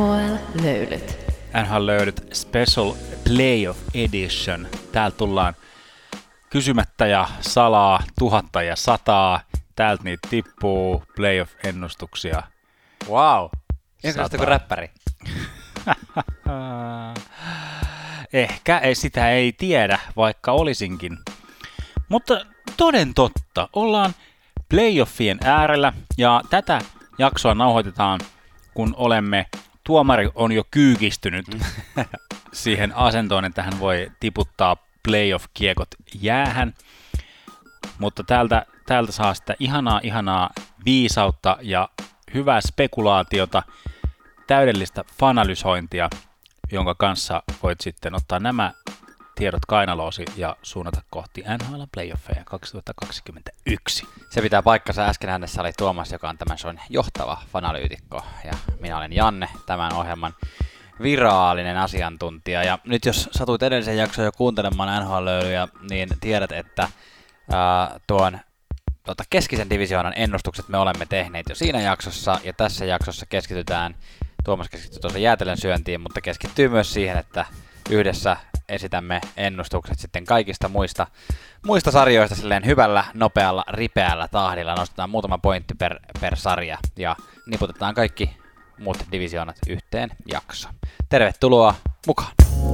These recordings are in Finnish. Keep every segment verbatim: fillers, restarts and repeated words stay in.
L-löylyt. N H L-löylyt Special Playoff Edition. Täällä tullaan kysymättä ja salaa, tuhatta ja sataa. Täältä niitä tippuu playoff-ennustuksia. Wow. Ennustuksia kuin räppäri. Ehkä ei, sitä ei tiedä, vaikka olisinkin. Mutta toden totta, ollaan playoffien äärellä ja tätä jaksoa nauhoitetaan, kun olemme, tuomari on jo kyykistynyt siihen asentoon, että hän voi tiputtaa playoff-kiekot jäähän. Mutta täältä, täältä saa sitä ihanaa, ihanaa viisautta ja hyvää spekulaatiota, täydellistä fanalysointia, jonka kanssa voit sitten ottaa nämä tiedot kainaloosi ja suunnata kohti N H L playoffeja kaksituhattakaksikymmentäyksi. Se pitää paikkansa. Äsken hänessä oli Tuomas, joka on tämän shown johtava fanalyytikko, ja minä olen Janne, tämän ohjelman virallinen asiantuntija. Ja nyt jos satuit edellisen jakson jo kuuntelemaan N H L-löylyjä, niin tiedät, että ää, tuon tuota, keskisen divisioonan ennustukset me olemme tehneet jo siinä jaksossa, ja tässä jaksossa keskitytään, Tuomas keskittyy tuossa jäätelön syöntiin, mutta keskittyy myös siihen, että yhdessä esitämme ennustukset sitten kaikista muista, muista sarjoista silleen hyvällä, nopealla, ripeällä tahdilla. Nostetaan muutama pointti per, per sarja ja niputetaan kaikki muut divisioonat yhteen jaksoon. Tervetuloa mukaan!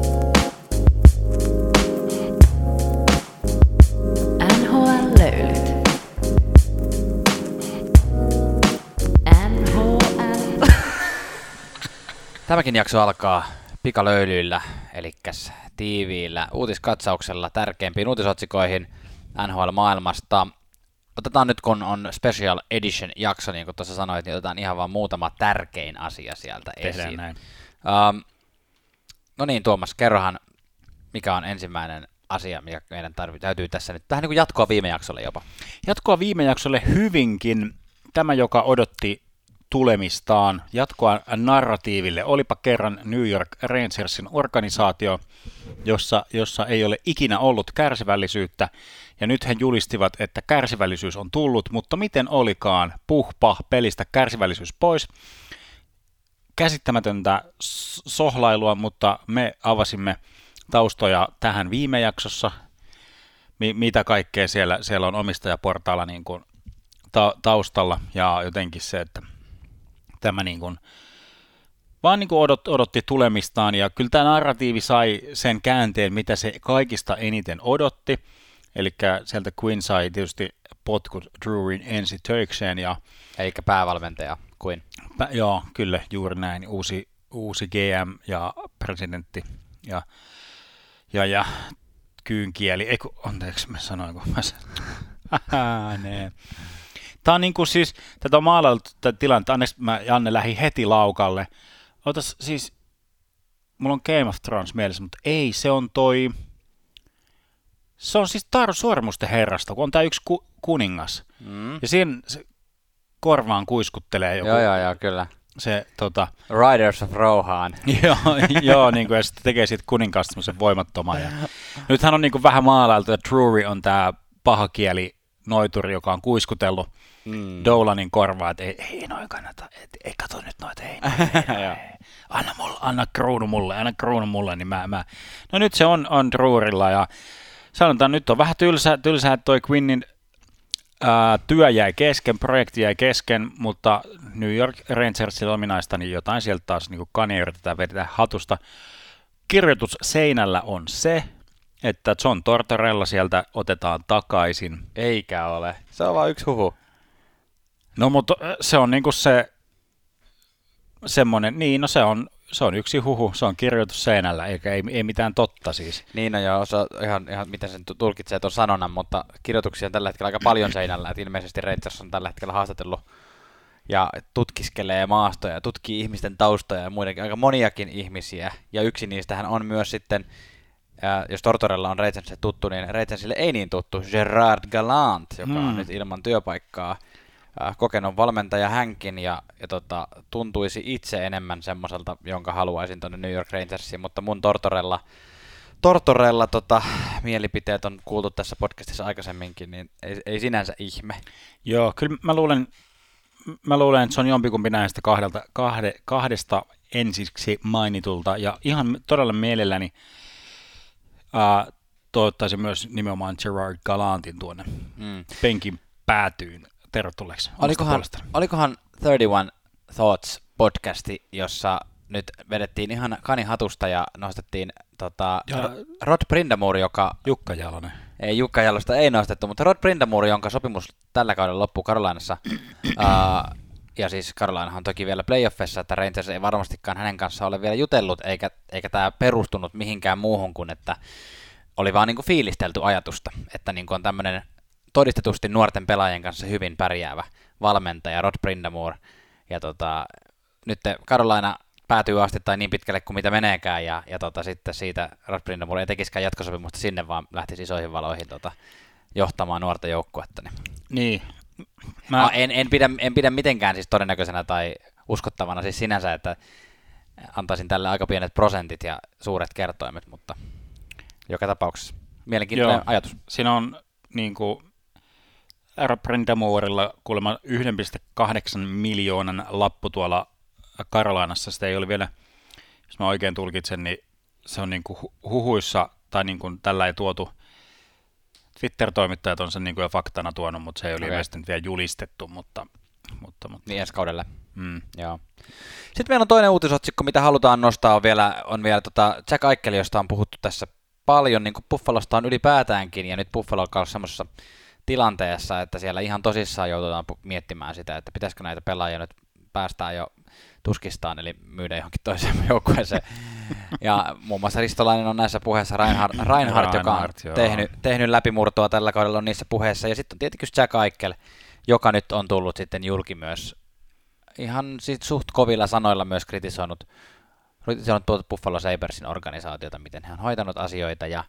N H L-löylyt. N H L. Tämäkin jakso alkaa pikalöylyillä, eli tiiviillä uutiskatsauksella tärkeimpiin uutisotsikoihin N H L-maailmasta. Otetaan nyt, kun on Special Edition jakso, niin kuin tuossa sanoit, niin otetaan ihan vaan muutama tärkein asia sieltä Tehdään esiin. näin. Um, no niin, Tuomas, kerrohan, mikä on ensimmäinen asia, mikä meidän tarvitsee, täytyy tässä nyt, vähän niin kuin jatkoa viime jaksolle jopa. Jatkoa viime jaksolle hyvinkin. Tämä, joka odotti tulemistaan, jatkoa narratiiville. Olipa kerran New York Rangersin organisaatio, jossa, jossa ei ole ikinä ollut kärsivällisyyttä, ja nyt he julistivat, että kärsivällisyys on tullut, mutta miten olikaan, puhpa, pelistä kärsivällisyys pois. Käsittämätöntä sohlailua, mutta me avasimme taustoja tähän viime jaksossa, Mi- mitä kaikkea siellä, siellä on omistajaportaalla niin kuin ta- taustalla, ja jotenkin se, että tämä niin kuin, vaan niin kuin odot, odotti tulemistaan, ja kyllä tämä narratiivi sai sen käänteen, mitä se kaikista eniten odotti, eli sieltä Quinn sai tietysti potkut Drewin ensi töikseen, ja Eikä päävalmentaja kuin. pä, joo, kyllä, juuri näin, uusi, uusi G M ja presidentti, ja, ja, ja kyynkieli, ei kun, anteeksi, mä sanoin, kun mä sanoin, ne. Tämä on niin kuin siis, tätä on maalailtu tätä tilannetta, anneksi mä Janne lähdin heti laukalle. Otas siis, mulla on Game of Thrones mielessä, mutta ei, se on toi, se on siis Taru Sormusten herrasta, kun on tää yksi ku, kuningas. Mm. Ja siinä se korvaan kuiskuttelee joku. Joo, joo, joo, kyllä. Se, tota, Riders of Rohan. joo, joo niin kuin, ja sitten tekee siitä kuninkaasta semmoisen voimattoman. Ja nythän on niin kuin vähän maalailtu, että Drury on tää pahakieli noituri, joka on kuiskutellut mm. Dolanin korvaa, että ei, ei noin kannata, et, ei kato nyt noita, ei, ei, ei, ei. Anna, mulle, anna kruunu mulle, anna kruunu mulle, niin mä, mä. No nyt se on, on Drurilla, ja sanotaan, nyt on vähän tylsä, tylsä että toi Quinnin ää, työ jäi kesken, projekti jäi kesken, mutta New York Rangersin ominaista, niin jotain sieltä taas niin kania yritetään vedetä hatusta. Kirjoitus seinällä on se, että John Tortorella sieltä otetaan takaisin. Eikä ole. Se on vaan yksi huhu. No mutta se on niinku se semmoinen, niin no se on, se on yksi huhu, se on kirjoitus seinällä, eikä ei, ei mitään totta siis. Niin no joo, se on ihan, ihan miten sen tulkitsee tuon sanonnan, mutta kirjoituksia on tällä hetkellä aika paljon seinällä, että ilmeisesti Rangers on tällä hetkellä haastatellut ja tutkiskelee maastoja ja tutkii ihmisten taustoja ja muidenkin, aika moniakin ihmisiä, ja yksi niistähän on myös sitten, ja jos Tortorella on Rangersille tuttu, niin Rangersille ei niin tuttu Gerard Gallant, joka on hmm. nyt ilman työpaikkaa äh, kokenut valmentaja hänkin, ja, ja tota, tuntuisi itse enemmän semmoiselta, jonka haluaisin tuonne New York Rangersiin, mutta mun Tortorella, Tortorella tota, mielipiteet on kuultu tässä podcastissa aikaisemminkin, niin ei, ei sinänsä ihme. Joo, kyllä mä luulen, mä luulen, että se on jompikumpi näistä kahdelta, kahde, kahdesta ensiksi mainitulta, ja ihan todella mielelläni uh, toivottaisin myös nimenomaan Gerard Gallantin tuonne mm. penkin päätyyn. Tervetulleeksi. Olikohan, olikohan kolmekymmentäyksi Thoughts podcasti, jossa nyt vedettiin ihan kanihatusta ja nostettiin tota, ja Rod Brindamore, joka... Jukka Jalonen. Ei, Jukka Jalosta ei nostettu, mutta Rod Brindamore, jonka sopimus tällä kaudella loppuu Carolinassa. uh, ja siis Carolinahan on toki vielä playoffissa, että Rangers ei varmastikaan hänen kanssaan ole vielä jutellut, eikä, eikä tämä perustunut mihinkään muuhun kuin, että oli vaan niinku fiilistelty ajatusta, että niinku on tämmöinen todistetusti nuorten pelaajien kanssa hyvin pärjäävä valmentaja Rod Brindamore. Ja tota, nyt Carolina päätyy asti tai niin pitkälle kuin mitä meneekään, ja, ja tota, sitten siitä Rod Brindamore ei tekisikään jatkosopimusta sinne, vaan lähtisi isoihin valoihin tota, johtamaan nuorta joukkuetta. Niin. Mä... No, en, en, pidä, en pidä mitenkään siis todennäköisenä tai uskottavana siis sinänsä, että antaisin tälle aika pienet prosentit ja suuret kertoimet, mutta joka tapauksessa mielenkiintoinen Joo, ajatus. Siinä on niin kuin Rod Brindamorella kuulemma yksi pilkku kahdeksan miljoonan lappu tuolla Carolinassa. Sitä ei ole vielä, jos mä oikein tulkitsen, niin se on niin kuin huhuissa, tai niin kuin tällä ei tuotu. Twitter-toimittajat on sen niin kuin jo faktana tuonut, mutta se ei ole okay. ilmeisesti vielä julistettu. Mutta, mutta, mutta. Niin ensi kaudelle. Mm. Joo. Sitten meillä on toinen uutisotsikko, mitä halutaan nostaa, on vielä, on vielä tota Jack Eichel, josta on puhuttu tässä paljon, niin kuin Buffalosta on ylipäätäänkin, ja nyt Buffalo on ollut semmoisessa tilanteessa, että siellä ihan tosissaan joudutaan miettimään sitä, että pitäisikö näitä pelaajia nyt päästään jo tuskistaan, eli myydä johonkin toiseen joukkueeseen. Ja muun muassa Ristolainen on näissä puheissa, Reinhardt, Reinhardt joka on tehnyt, tehnyt läpimurtoa tällä kaudella on niissä puheissa, ja sitten on tietenkin Jack Eichel, joka nyt on tullut sitten julki myös ihan sit suht kovilla sanoilla myös kritisoinut, kritisoinut tuota Buffalo Sabresin organisaatiota, miten hän on hoitanut asioita, ja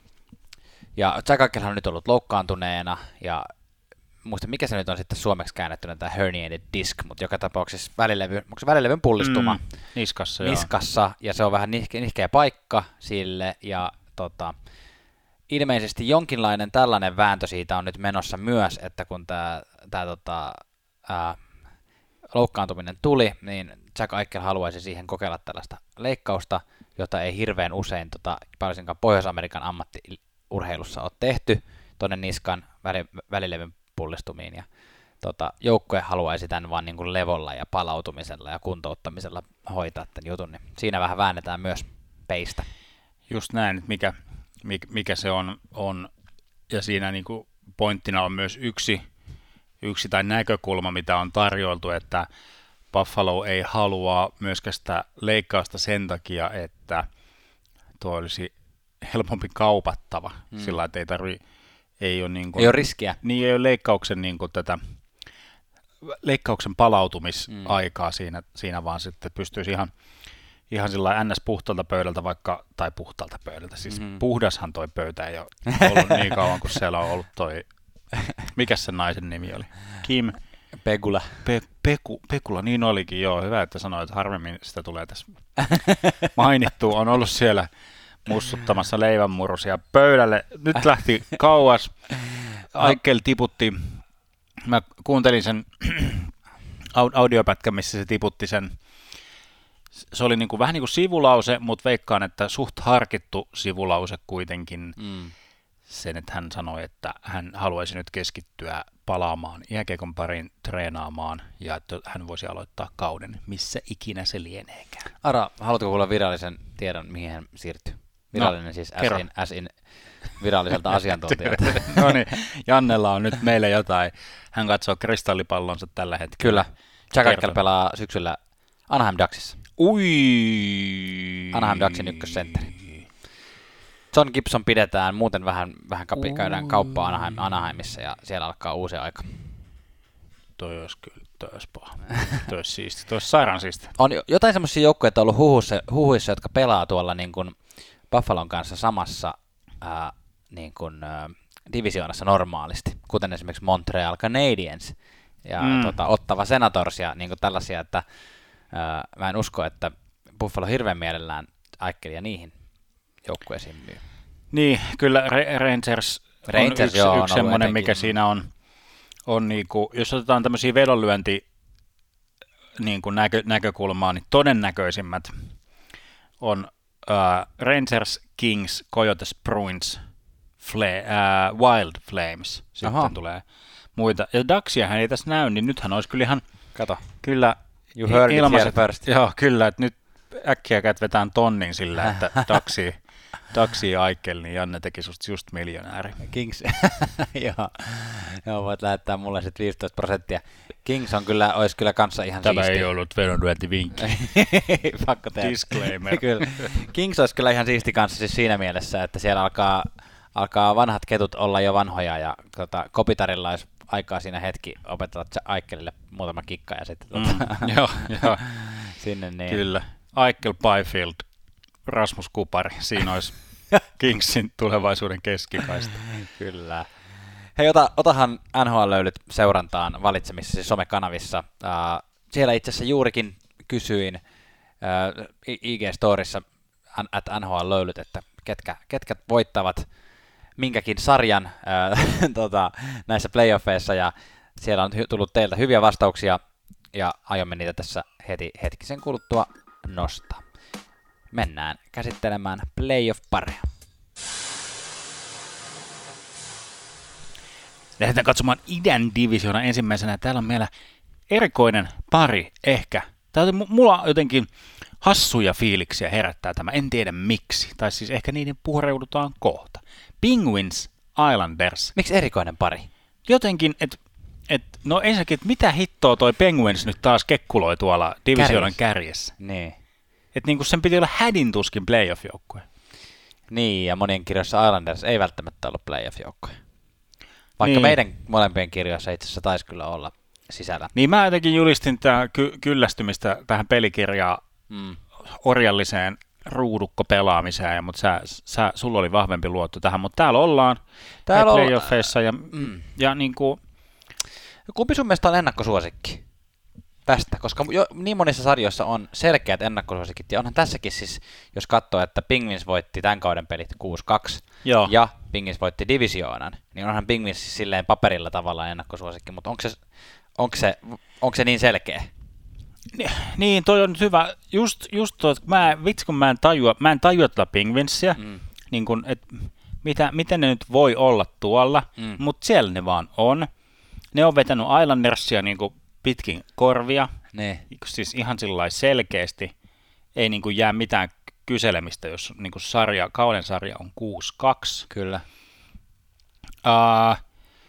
Ja Jack Eichel on nyt ollut loukkaantuneena, ja muista mikä se nyt on sitten suomeksi käännettynä, tämä herniated disc, mutta joka tapauksessa välilevy, onko se välilevyn pullistuma? Mm, niskassa, Niskassa, joo. Ja se on vähän nihkeä, nihkeä paikka sille, ja tota, ilmeisesti jonkinlainen tällainen vääntö siitä on nyt menossa myös, että kun tämä, tämä tota, ää, loukkaantuminen tuli, niin Jack Eichel haluaisi siihen kokeilla tällaista leikkausta, jota ei hirveän usein tota, paljonkaan Pohjois-Amerikan ammattiurheilussa ole tehty tuonne niskan väli, välilevyn pullistumiin, ja tota, joukkue haluaisi tämän vaan niin kuin levolla ja palautumisella ja kuntouttamisella hoitaa tämän jutun, niin siinä vähän väännetään myös peistä. Just näin, mikä, mikä se on, on. Ja siinä niin kuin pointtina on myös yksi, yksi tai näkökulma, mitä on tarjoltu, että Buffalo ei halua myöskään sitä leikkausta sen takia, että tuo olisi helpompi kaupattava, hmm. sillä että ei tarvi, ei ole, niin kuin, ei ole riskiä. Niin ei ole leikkauksen, niin kuin tätä, leikkauksen palautumisaikaa hmm. siinä, siinä, vaan sitten pystyisi ihan, ihan sillä ns. Puhtaalta pöydältä vaikka, tai puhtaalta pöydältä, siis hmm. puhdashan toi pöytä ei ole ollut niin kauan, kun siellä on ollut toi, mikä sen naisen nimi oli? Kim Pegula. Pe, Peku, Pekula, niin olikin, joo. Hyvä, että sanoit, että harvemmin sitä tulee tässä mainittu. On ollut siellä mussuttamassa leivänmurusia pöydälle. Nyt lähti kauas. Eichel tiputti. Mä kuuntelin sen audiopätkän, missä se tiputti sen. Se oli niin kuin, vähän niin kuin sivulause, mutta veikkaan, että suht harkittu sivulause kuitenkin. Mm. Sen, että hän sanoi, että hän haluaisi nyt keskittyä palaamaan jääkiekon pariin treenaamaan ja että hän voisi aloittaa kauden, missä ikinä se lieneekään. Ara, haluatko kuulla virallisen tiedon, mihin hän siirtyy? Virallinen no, siis as in, as in viralliselta asiantuntijalta. No niin, Jannella on nyt meille jotain. Hän katsoo kristallipallonsa tällä hetkellä. Kyllä. Jack Eichel pelaa syksyllä Anaheim Ducksissa. Ui. Anaheim Ducksin ykkössentteri. John Gibson pidetään, muuten vähän, vähän kapi, käydään kauppaa Anaheim, Anaheimissa ja siellä alkaa uusi aika. Toi olisi kyllä, toi olisi paha. Toi olisi siisti, toi olisi sairaan siisti. On jotain semmoisia joukkoja, että on ollut huhuissa, huhuissa, jotka pelaa tuolla niin kuin Buffalon kanssa samassa ää, niin kuin, ää, divisioonassa normaalisti, kuten esimerkiksi Montreal Canadiens ja mm. tota, Ottawa Senators ja niin kuin tällaisia, että ää, mä en usko, että Buffalo hirveän mielellään Eichelia niihin joukkueisiin myy. Niin, kyllä Rangers, Rangers on yksi, joo, yksi semmoinen, mikä siinä on, on niinku, jos otetaan tämmöisiä vedonlyönti niin kuin näkö, näkökulmaa, niin todennäköisimmät on uh, Rangers, Kings, Coyotes, Bruins, Fle- uh, Wild Flames. Sitten Aha. tulee muita. Ja Ducksiahan ei tässä näy, niin nythän olisi kyllä ihan Kato. Kyllä You heard it here first. Joo, kyllä, että nyt äkkiä kätvetään tonnin sillä, että Ducksi, Ducksi Aikel, niin Janne teki susta just miljonääri. Kings, joo, joo, voit lähettää mulle sitten viisitoista prosenttia. Kings on kyllä, olisi kyllä kanssa ihan Tämä siisti. ei ollut vedonlyöntivinkki. Pakko tehdä. Disclaimer. Kyllä. Kings olisi kyllä ihan siisti kanssa siis siinä mielessä, että siellä alkaa, alkaa vanhat ketut olla jo vanhoja ja tota, Kopitarilla olisi aikaa siinä hetki opetella Aikelille muutama kikka ja sitten Mm, tota, joo, joo. sinne niin. Kyllä. Aikel, Byfield, Rasmus Kupari, siinä olisi Kingsin tulevaisuuden keskikaista. Kyllä. Hei, ota, otahan N H L-löylyt seurantaan valitsemissa somekanavissa. Uh, siellä itse asiassa juurikin kysyin uh, I G-storissa at N H L-löylyt, että ketkä, ketkä voittavat minkäkin sarjan uh, tota, näissä playoffeissa, ja siellä on hy- tullut teiltä hyviä vastauksia, ja aiomme niitä tässä heti hetkisen kuluttua nostaa. Mennään käsittelemään playoff-pareja. Lähdetään katsomaan idän divisioona ensimmäisenä. Täällä on meillä erikoinen pari ehkä. Tää on, mulla jotenkin hassuja fiiliksiä herättää tämä, en tiedä miksi. Tai siis ehkä niiden pureudutaan kohta. Penguins Islanders. Miksi erikoinen pari? Jotenkin, että et, no ensinnäkin, että mitä hittoa toi Penguins nyt taas kekkuloi tuolla divisioonan Kärjessä. kärjessä. Niin. Että niinku sen piti olla hädintuskin playoff-joukkue. Niin, ja monien kirjoissa Islanders ei välttämättä ollut playoff-joukkoja. Vaikka niin. meidän molempien kirjoissa itse asiassa taisi kyllä olla sisällä. Niin mä jotenkin julistin tää ky- kyllästymistä tähän pelikirjaan Mm. orjalliseen ruudukkopelaamiseen, mutta sä, sä, sulla oli vahvempi luotto tähän, mutta täällä ollaan Täällä on- playoffeissa ja, Mm. ja niinku, Kumpi sun mielestä on ennakkosuosikki tästä? Koska jo, niin monissa sarjoissa on selkeät ennakkosuosikit, ja onhan tässäkin siis, jos katsoo, että Penguins voitti tämän kauden pelit kuusi kaksi, Joo. ja Penguins voitti divisioonan, niin onhan Penguins siis silleen paperilla tavallaan ennakkosuosikki, mutta onko se, onko se, onko se niin selkeä? niin toi on nyt hyvä, just, just tuo, että mä, vitsi kun mä en tajua, mä en tajua tätä Penguinsia, Mm. niin kun, et, mitä, miten ne nyt voi olla tuolla, Mm. mutta siellä ne vaan on. Ne on vetänyt Islandersia niin kuin pitkin korvia, Niin. siis ihan sillä selkeästi, ei niin kuin jää mitään kyselemistä, jos niin kuin sarja, kauden sarja on kuusi kaksi. Kyllä. Uh,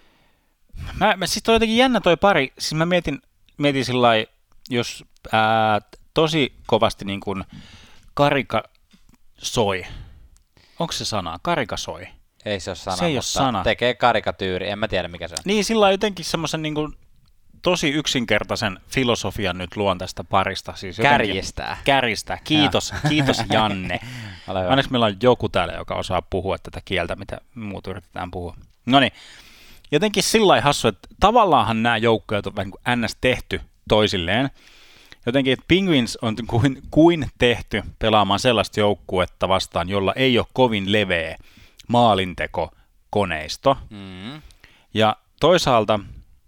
mä, mä, siis toi jotenkin jännä toi pari, siis mä mietin, mietin sillä lailla, jos ää, tosi kovasti niin kuin karika soi, onko se sana, karika soi? Ei se ole sana, Se ei ole mutta sana. tekee karikatyyri, en mä tiedä mikä se on. Niin sillä lailla jotenkin semmoisen niin kuin tosi yksinkertaisen filosofian nyt luon tästä parista. Siis jotenkin- Kärjistää. Kärjistää. Kiitos, kiitos Janne. Ole hyvä. Onneksi meillä on joku täällä, joka osaa puhua tätä kieltä, mitä muut yritetään puhua. No niin, jotenkin sillä lailla hassu, että tavallaanhan nämä joukkueet on vähän kuin ns. Tehty toisilleen. Jotenkin, että Penguins on kuin, kuin tehty pelaamaan sellaista joukkuetta vastaan, jolla ei ole kovin leveä maalintekokoneisto. Mm. Ja toisaalta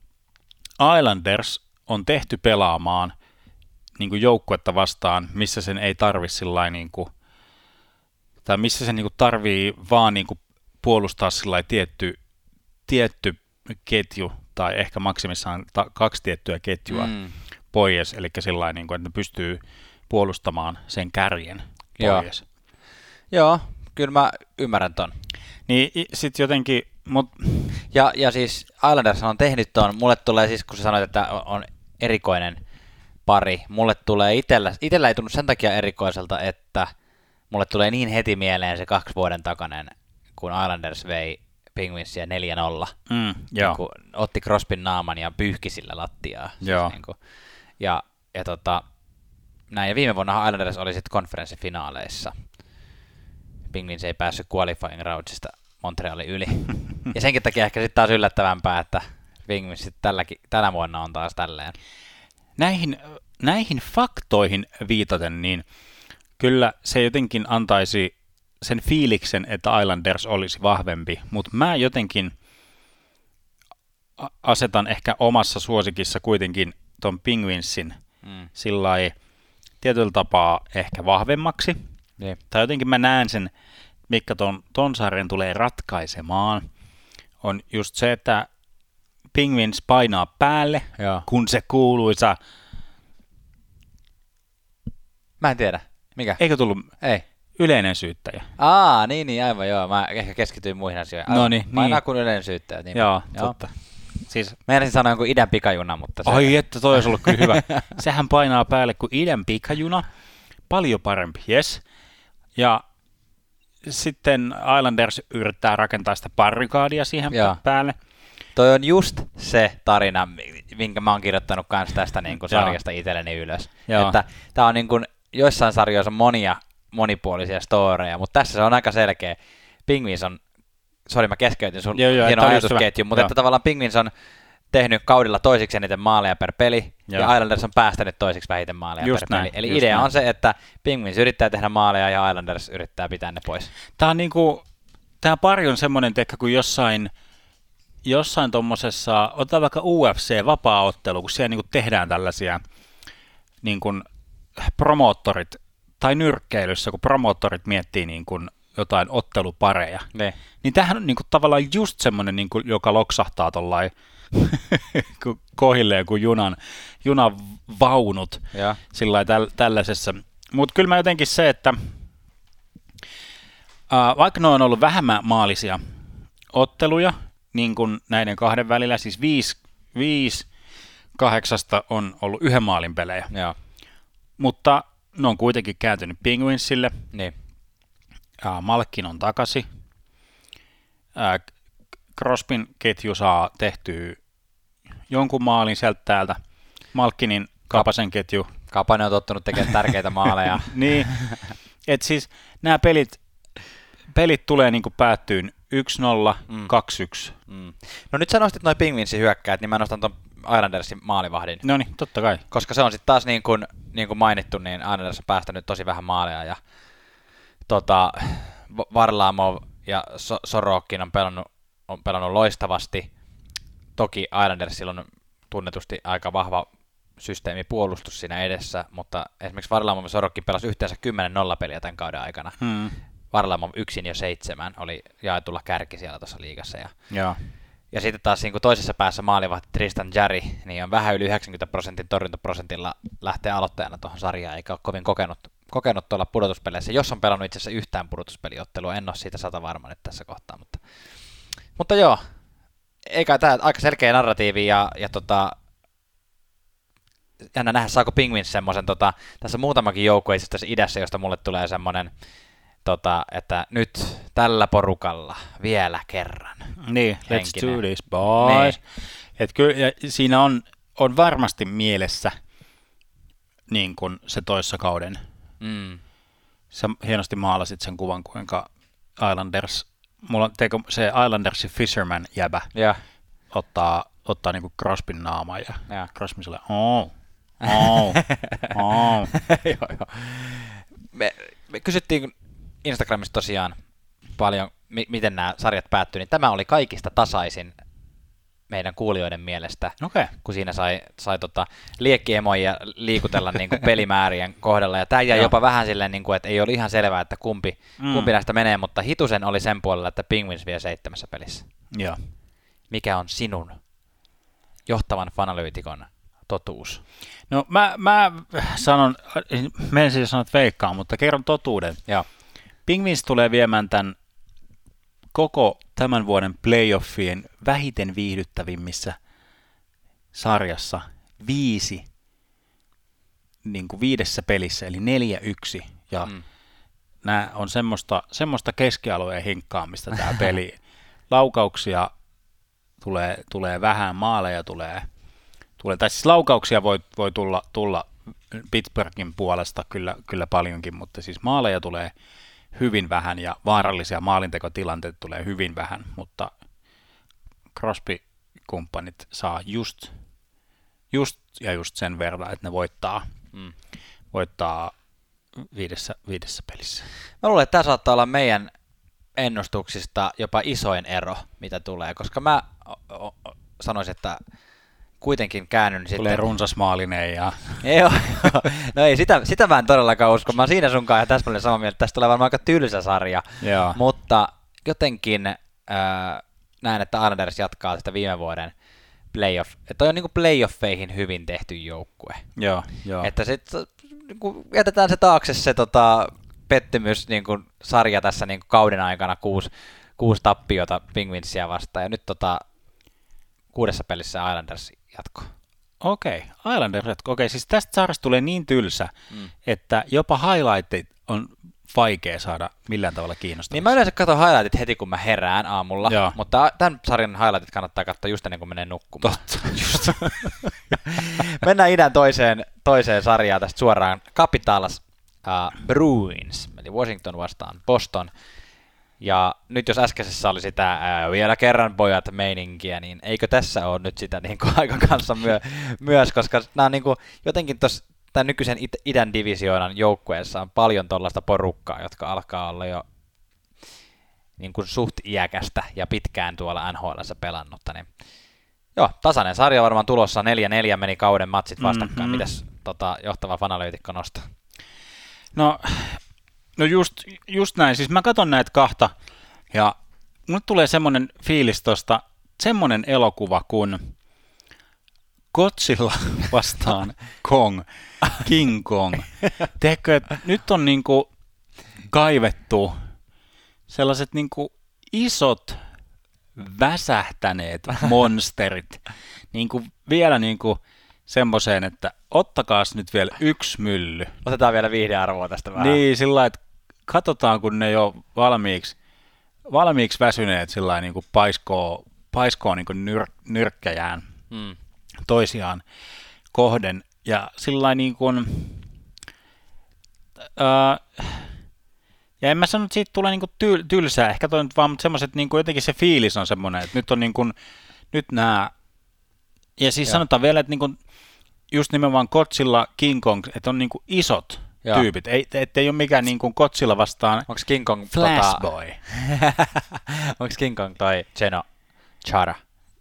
Islanders on tehty pelaamaan niin kuin joukkuetta vastaan, missä sen ei tarvi sillain, niin kuin, tai missä sen niin kuin tarvii vaan niin kuin puolustaa sillain tietty, tietty ketju, tai ehkä maksimissaan ta- kaksi tiettyä ketjua Mm. pois, eli sillain, niin kuin, että ne pystyy puolustamaan sen kärjen Joo. pois. Joo, kyllä mä ymmärrän ton. Niin sitten jotenkin, mut, Ja, ja siis Islanders on tehnyt ton, mulle tulee siis, kun sä sanoit, että on, on erikoinen pari, mulle tulee itellä, itellä ei tunnu sen takia erikoiselta, että mulle tulee niin heti mieleen se kaksi vuoden takainen, kun Islanders vei Penguinsia neljä nolla. mm, joo. Niin kun otti Crosbyn naaman ja pyyhki sillä lattiaa. Joo. Siis niin kuin, ja, ja tota, näin, ja viime vuonna Islanders oli sitten konferenssifinaaleissa. Penguins ei päässyt qualifying roundsista Montrealin yli. Ja senkin takia ehkä sitten taas yllättävämpää, että Penguins sitten tälläkin, tänä vuonna on taas tälleen. Näihin, näihin faktoihin viitaten, niin kyllä se jotenkin antaisi sen fiiliksen, että Islanders olisi vahvempi, mutta mä jotenkin a- asetan ehkä omassa suosikissa kuitenkin ton Penguinsin Mm. sillai tietyllä tapaa ehkä vahvemmaksi. Niin. Tai jotenkin mä näen sen, mikä ton, ton sarjan tulee ratkaisemaan, on just se, että Penguins painaa päälle, Joo. kun se kuuluisa... Mä en tiedä. Mikä? Eikö tullut Ei. yleinen syyttäjä? Aa, niin, niin, aivan joo. Mä ehkä keskityin muihin asioihin. No niin, Painaa niin. kuin yleinen syyttäjä. Niin. Joo, totta. Siis, Meinasin sanoa jonkun idän pikajuna, mutta se... ai että toi olisi ollut kyllä hyvä. Sehän painaa päälle kuin idän pikajuna. Paljon parempi, yes. Ja sitten Islanders yrittää rakentaa sitä barrikaadia siihen Joo. päälle. Toi on just se tarina, minkä mä oon kirjoittanut kans tästä niin kuin sarjasta itselleni ylös. Joo. Että tää on niin kuin, joissain sarjoissa on monia monipuolisia storeja, mutta tässä se on aika selkeä. Penguins on, sori mä keskeytin sun Joo, joo, hieno tää oli just ajatusketju, hyvä. mutta Joo. että tavallaan Penguins on tehnyt kaudella toisiksi eniten maaleja per peli, Joo. ja Islanders on päästänyt toisiksi vähiten maaleja Just per näin, peli. Eli just idea näin. on se, että Penguins yrittää tehdä maaleja ja Islanders yrittää pitää ne pois. Tää on niinku, tää pari on semmonen, teikkä, kuin jossain, jossain tommosessa, otetaan vaikka U F C-vapaa-ottelu, kun siellä niinku tehdään tällaisia niinku promoottorit, tai nyrkkeilyssä, kun promoottorit miettii niinku jotain ottelupareja, Ne. niin tämähän on niinku tavallaan just semmonen, niinku, joka loksahtaa tollain kohilleen kuin junan, junan vaunut Ja. sillai täl, tällaisessa. Mutta kyllä mä jotenkin se, että ää, vaikka ne on ollut vähemmän maalisia otteluja, niin kuin näiden kahden välillä, siis viisi, viisi kahdeksasta on ollut yhden maalin pelejä, Joo. mutta ne on kuitenkin kääntynyt Penguinsille. Niin. Ää, Malkin on takaisin. Ää, Crosbyn ketju saa tehtyä jonkun maalin sieltä täältä. Malkkinin Kapasen ketju. Kapanen on tottunut tekemään tärkeitä maaleja. Niin, että siis nämä pelit, pelit tulee niinku päättyyn yksi nolla, Mm. kaksi yksi. Mm. No nyt sä nostit noin Penguinsin hyökkäät, niin mä nostan ton Islandersin maalivahdin. No niin, totta kai. Koska se on sitten taas niin kuin, niin kuin mainittu, niin Islanders on päästänyt tosi vähän maaleja. Ja, tota, Varlamov ja so- Sorokin on pelannut, on pelannut loistavasti. Toki Islandersilla on tunnetusti aika vahva systeemipuolustus siinä edessä, mutta esimerkiksi Varlamov ja Sorokin pelasi yhteensä kymmenen nolla peliä tämän kauden aikana. Hmm. Varlamov yksin jo seitsemän oli jaetulla kärki siellä tuossa liigassa. Ja, Joo. ja sitten taas niin kuin toisessa päässä maalivahti Tristan Jarry, niin on vähän yli yhdeksänkymmentä prosentin torjuntaprosentilla lähtee aloittajana tuohon sarjaan, eikä ole kovin kokenut, kokenut tuolla pudotuspeleissä. Jos on pelannut itse asiassa yhtään pudotuspeliottelua, en ole siitä sata varma nyt tässä kohtaa. Mutta, mutta joo, eikä tämä aika selkeä narratiivi ja, ja tota, jännä nähdä, saako Penguins semmoisen, tota, tässä on muutamakin joukkue itse asiassa idässä, josta mulle tulee semmoinen, tota, että nyt tällä porukalla vielä kerran. Niin, let's Henkinen. do this, boys. Niin. Et kyllä, ja siinä on, on varmasti mielessä niin kuin se toissa kauden. Mm. Sä hienosti maalasit sen kuvan, kuinka Islanders, mulla on teikö, se Islandersin Fisherman jäbä Ja, ottaa, ottaa niinku Crosbyn naamaa ja ja. Crosby sille, oh, oh, oh. joo, joo. Me, me kysyttiin Instagramissa tosiaan paljon, mi- miten nämä sarjat päättyi, niin tämä oli kaikista tasaisin meidän kuulijoiden mielestä, Okei. Okay. kun siinä sai, sai tota liekkiemoja liikutella niin kuin pelimäärien kohdalla. Ja tämä jäi Joo. jopa vähän silleen, niin kuin, että ei ole ihan selvää, että kumpi, Mm. kumpi näistä menee, mutta hitusen oli sen puolella, että Penguins vie seitsemässä pelissä. Joo. Mikä on sinun johtavan fanalyytikon totuus? No mä, mä sanon, mä en siis sano, että veikkaan, mutta kerron totuuden. Joo. Penguins tulee viemään tämän koko tämän vuoden playoffien vähiten viihdyttävimmissä sarjassa viisi, niin kuin viidessä pelissä, eli neljä yksi. Ja Mm. nämä on semmoista, semmoista keskialueen hinkkaamista tämä peli. Laukauksia tulee, tulee vähän, maaleja tulee, tulee tai siis laukauksia voi, voi tulla, tulla Pittsburghin puolesta kyllä, kyllä paljonkin, mutta siis maaleja tulee hyvin vähän ja vaarallisia maalintekotilanteita tulee hyvin vähän, mutta Crosby-kumppanit saa just, just ja just sen verran, että ne voittaa, Mm. voittaa viidessä, viidessä pelissä. Mä luulen, että tämä saattaa olla meidän ennustuksista jopa isoin ero, mitä tulee, koska mä o- o- sanoisin, että kuitenkin käännyn sitten. Tulee runsasmaalinen ja... Joo, no ei, sitä, sitä mä en todellakaan usko. Mä oon siinä sunkaan ihan täsmälleen samaa mieltä, että tästä tulee varmaan aika tylsä sarja, Joo. mutta jotenkin äh, näen, että Islanders jatkaa sitä viime vuoden playoff, että toi on niinku playoffeihin hyvin tehty joukkue. Joo, joo. Että sit, niinku, jätetään se taakse se tota, pettymys niinku, sarja tässä niinku, kauden aikana, kuusi, kuusi tappiota Penguinsia vastaan, ja nyt tota, kuudessa pelissä Islanders jatko. Okei, okay. Islanders jatko. Okei, okay, siis tästä sarjasta tulee niin tylsä, mm. että jopa highlightit on vaikea saada millään tavalla kiinnostaviksi. Niin mä yleensä katson highlightit heti, kun mä herään aamulla, Joo. mutta tämän sarjan highlightit kannattaa katsoa just ennen kuin menee nukkumaan. Totta, just. Mennään idän toiseen, toiseen sarjaan tästä suoraan. Capitals uh, Bruins, eli Washington vastaan Boston. Ja nyt jos äskeisessä oli sitä ää, vielä kerran pojat meininkiä, niin eikö tässä ole nyt sitä niin kuin, aika kanssa myö, myös, koska nämä on niin kuin, jotenkin tuossa tämän nykyisen it, idän divisioonan joukkueessa on paljon tuollaista porukkaa, jotka alkaa olla jo niin kuin suht iäkästä ja pitkään tuolla N H L:ssä pelannutta. Niin, joo, tasainen sarja varmaan tulossa, neljä neljä meni kauden matsit vastakkain. Mm-hmm. Mitäs tota, johtava fanalyytikko nostaa? No... No just, just näin, siis mä katson näitä kahta ja mulle tulee semmoinen fiilis tosta, semmoinen elokuva kuin Godzilla vastaan Kong, King Kong. Tiedätkö, että nyt on niinku kaivettu sellaiset niinku isot väsähtäneet monsterit niinku vielä niinku semmoiseen, että ottakaas nyt vielä yksi mylly. Otetaan vielä viihdearvoa tästä vähän. Niin, sillä lailla, että katsotaan, kun ne jo valmiiksi, valmiiksi väsyneet sillä lailla, niin kuin paiskoo, paiskoo niin kuin nyr, nyrkkäjään hmm. toisiaan kohden. Ja sillä lailla niin kuin, ää, ja en mä sano, että siitä tulee niin kuin tyl, tylsää, ehkä toi nyt vaan, mutta semmoiset, niin kuin jotenkin se fiilis on semmoinen, että nyt on niin kuin, nyt nämä, ja siis ja. sanotaan vielä, että niin kuin, just nimenomaan Godzilla, King Kong, että on niin kuin isot Joo. tyypit, ei, ettei ole mikään niin kuin Godzilla vastaan Onko King Kong Flashboy. Tota... Onko King Kong toi Geno Chara?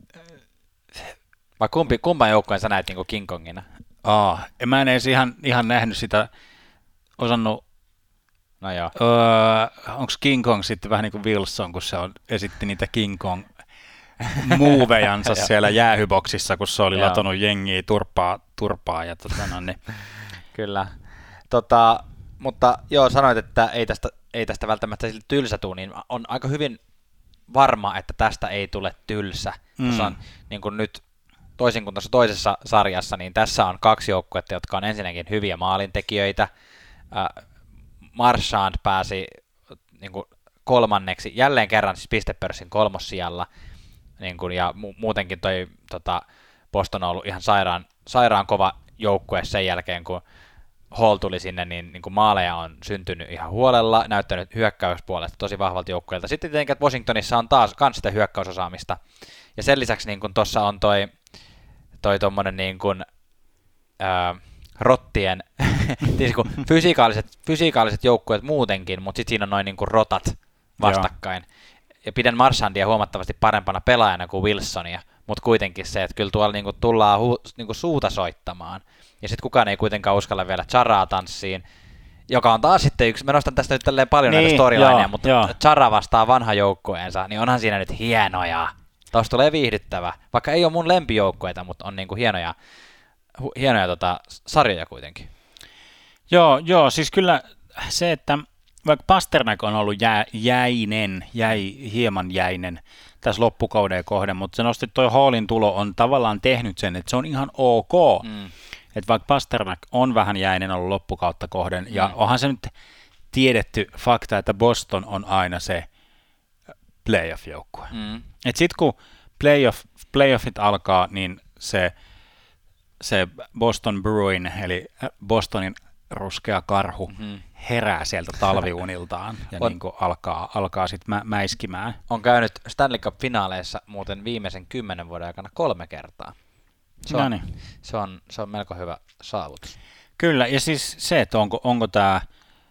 Vai kumpi, kumpan joukkueen sä näet niin kuin King Kongina? Aa, en mä en edes ihan, ihan nähnyt sitä, osannut, no joo. Öö, onko King Kong sitten vähän niin kuin Wilson, kun se on, esitti niitä King Kong muuvejansa siellä jäähyboksissa, kun se oli latonut jengiä turpaa, turpaa ja tota, no, niin. Kyllä. Tota, mutta joo, sanoit, että ei tästä, ei tästä välttämättä tylsä tule, niin on aika hyvin varma, että tästä ei tule tylsä. Mm. On, niin kuin nyt, toisin kuin tuossa toisessa sarjassa, niin tässä on kaksi joukkuetta, jotka on ensinnäkin hyviä maalintekijöitä. Äh, Marchand pääsi niin kuin kolmanneksi, jälleen kerran siis pistepörssin kolmossijalla, niin kuin, ja mu- muutenkin toi tota, Boston on ollut ihan sairaan, sairaan kova joukkue sen jälkeen, kun Hall tuli sinne, niin, niin kuin maaleja on syntynyt ihan huolella, näyttänyt hyökkäyspuolesta tosi vahvalta joukkueelta. Sitten tietenkin, että Washingtonissa on taas kans sitä hyökkäysosaamista, ja sen lisäksi niin kuin tuossa on toi, toi tommonen niin kuin, ää, rottien, siis kun fysikaaliset, fysikaaliset joukkueet muutenkin, mutta sitten siinä on noin niin kuin rotat vastakkain. Joo. Ja pidän Marchandia huomattavasti parempana pelaajana kuin Wilsonia, mutta kuitenkin se, että kyllä tuolla niinku tullaan hu, niinku suuta soittamaan. Ja sitten kukaan ei kuitenkaan uskalla vielä Charaa tanssiin, joka on taas sitten yksi, mä nostan tästä nyt tälleen paljon niin, näitä storylineja, mutta joo. Chara vastaa vanha joukkueensa, niin onhan siinä nyt hienoja. Tuossa tulee viihdyttävä, vaikka ei ole mun lempijoukkueita, mutta on niinku hienoja, hu, hienoja tota, sarjoja kuitenkin. Joo, joo, siis kyllä se, että vaikka Pasternak on ollut jä, jäinen, jäi, hieman jäinen tässä loppukauden kohden, mutta se nosti toi Hallin tulo on tavallaan tehnyt sen, että se on ihan ok. Mm. Että vaikka Pasternak on vähän jäinen ollut loppukautta kohden, mm. ja onhan se nyt tiedetty fakta, että Boston on aina se playoff-joukkue. Mm. Että sitten kun playoff, playoffit alkaa, niin se, se Boston Bruin, eli Bostonin ruskea karhu, mm-hmm. herää sieltä talviuniltaan ja niin kuin alkaa, alkaa sitten mä, mäiskimään. On käynyt Stanley Cup-finaaleissa muuten viimeisen kymmenen vuoden aikana kolme kertaa. Se on, no niin. se on, se on melko hyvä saavutus. Kyllä, ja siis se, että onko, onko tämä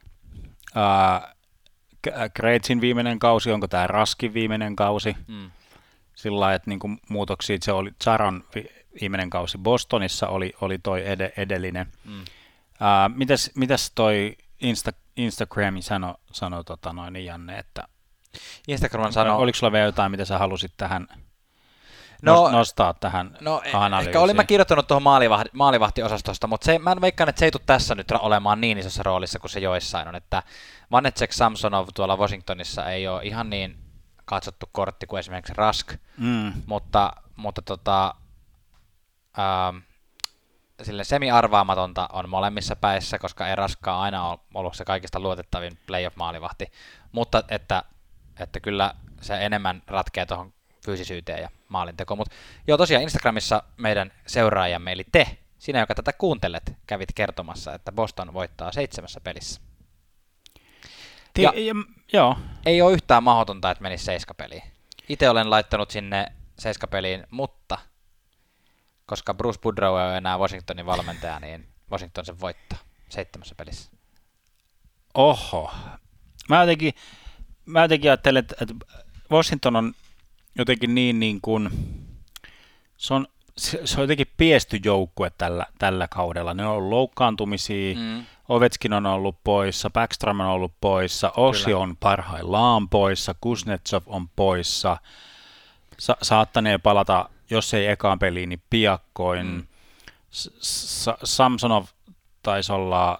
Kreitsin viimeinen kausi, onko tämä Raskin viimeinen kausi, mm. sillä lailla, että niin kuin muutoksia, se oli Charon viimeinen kausi Bostonissa oli, oli toi ed- edellinen. Mm. Ää, mitäs, mitäs toi Insta, Instagrami sanoi, sano, tota noin, Janne, että Instagram sanoo... oliko sulla vielä jotain, mitä sä halusit tähän No, nostaa tähän no, analyysiin? ehkä olin mä kirjoittanut tuohon maalivahti, maalivahtiosastosta, mutta se, mä en veikkaan, että se ei tule tässä nyt olemaan niin isossa roolissa kuin se joissain on, että Vanecek Samsonov tuolla Washingtonissa ei ole ihan niin katsottu kortti kuin esimerkiksi Rask, mm. mutta, mutta tota, ähm, sille semi-arvaamatonta on molemmissa päissä, koska ei Raskaa aina ole ollut se kaikista luotettavin playoff-maalivahti, mutta että, että kyllä se enemmän ratkee tuohon fyysisyyteen ja maalintekoon. Mutta joo, tosiaan Instagramissa meidän seuraajamme, eli te, sinä, joka tätä kuuntelet, kävit kertomassa, että Boston voittaa seitsemässä pelissä. Ti- ja ja, joo. Ei ole yhtään mahdotonta, että menisi seiskapeliin. Itse olen laittanut sinne seiskapeliin, mutta koska Bruce Boudreau ei ole enää Washingtonin valmentaja, niin Washington sen voittaa seitsemässä pelissä. Oho. Mä jotenkin, mä jotenkin ajattelen, että, että Washington on jotenkin niin, niin kuin, se on, se on jotenkin piesty joukkue tällä, tällä kaudella. Ne on ollut loukkaantumisia, mm. Ovechkin on ollut poissa, Backstrom on ollut poissa, Osi on parhaillaan poissa, Kuznetsov on poissa. Sa- saattanee palata, jos ei ekaan peliin, niin piakkoin. Mm. S- Samsonov taisi olla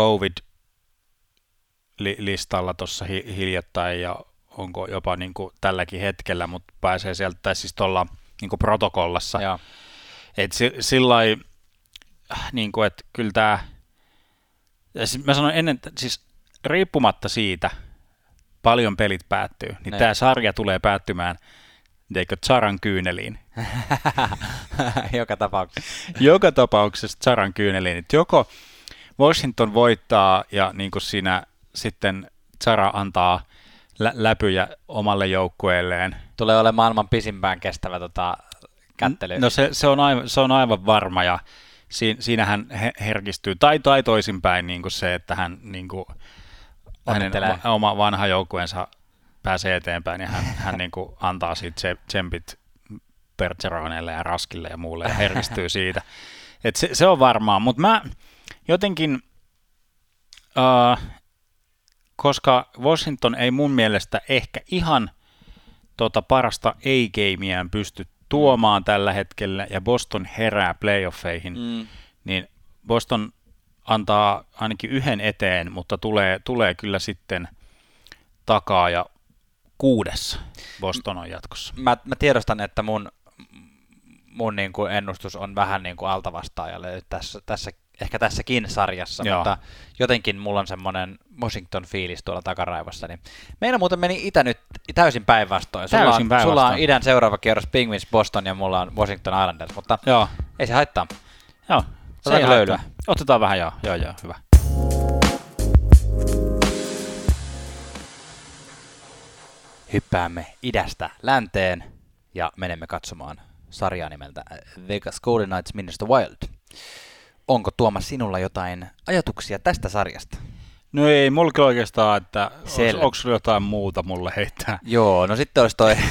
COVID-listalla tuossa hi- hiljattain ja onko jopa niin kuin tälläkin hetkellä, mutta pääsee sieltä, tai siis tuolla niin kuin protokollassa. Että si- sillä lailla, niin kuin, että kyllä tämä, mä sanoin ennen, että siis riippumatta siitä, paljon pelit päättyy, niin tämä sarja tulee päättymään, teikö Tsaran kyyneliin. Joka tapauksessa. Joka tapauksessa Tsaran kyyneliin. Että joko Washington voittaa ja niin kuin siinä sitten Tsara antaa lä- läpyjä omalle joukkueelleen. Tulee olemaan maailman pisimpään kestävä tota, kättely. No se, se, on aivan, se on aivan varma ja siinä, siinä hän herkistyy. Tai, tai toisinpäin niin kuin se, että hän niin kuin, hänen oma vanha joukkueensa pääsee eteenpäin ja hän, hän niin kuin antaa siitä tsempit Bergeroneille ja Raskille ja muulle ja herkistyy siitä. Et se, se on varmaa, mutta mä jotenkin, uh, koska Washington ei mun mielestä ehkä ihan tota parasta ei-gameään pysty tuomaan tällä hetkellä ja Boston herää playoffeihin, mm. niin Boston antaa ainakin yhden eteen, mutta tulee, tulee kyllä sitten takaa ja kuudessa Boston on jatkossa. Mä, mä tiedostan, että mun, mun niin kuin ennustus on vähän niin kuin altavastaajalle tässä, tässä, ehkä tässäkin sarjassa, Joo. mutta jotenkin mulla on semmoinen Washington-fiilis tuolla takaraivossa. Niin meillä muuten meni itä nyt täysin päinvastoin. Sulla, täysin päinvastoin. Sulla on idän seuraava kierros Penguins Boston ja mulla on Washington Islanders, mutta Joo. ei se haittaa. Joo, se ei haittaa. Otetaan vähän, joo, joo, joo, hyvä. Hyppäämme idästä länteen ja menemme katsomaan sarjaa nimeltä Vegas Golden Knights Minnesota Wild. Onko Tuomas sinulla jotain ajatuksia tästä sarjasta? No ei, mulla oikeastaan, että onko sulla jotain muuta mulle heittää? Joo, no sitten olisi toi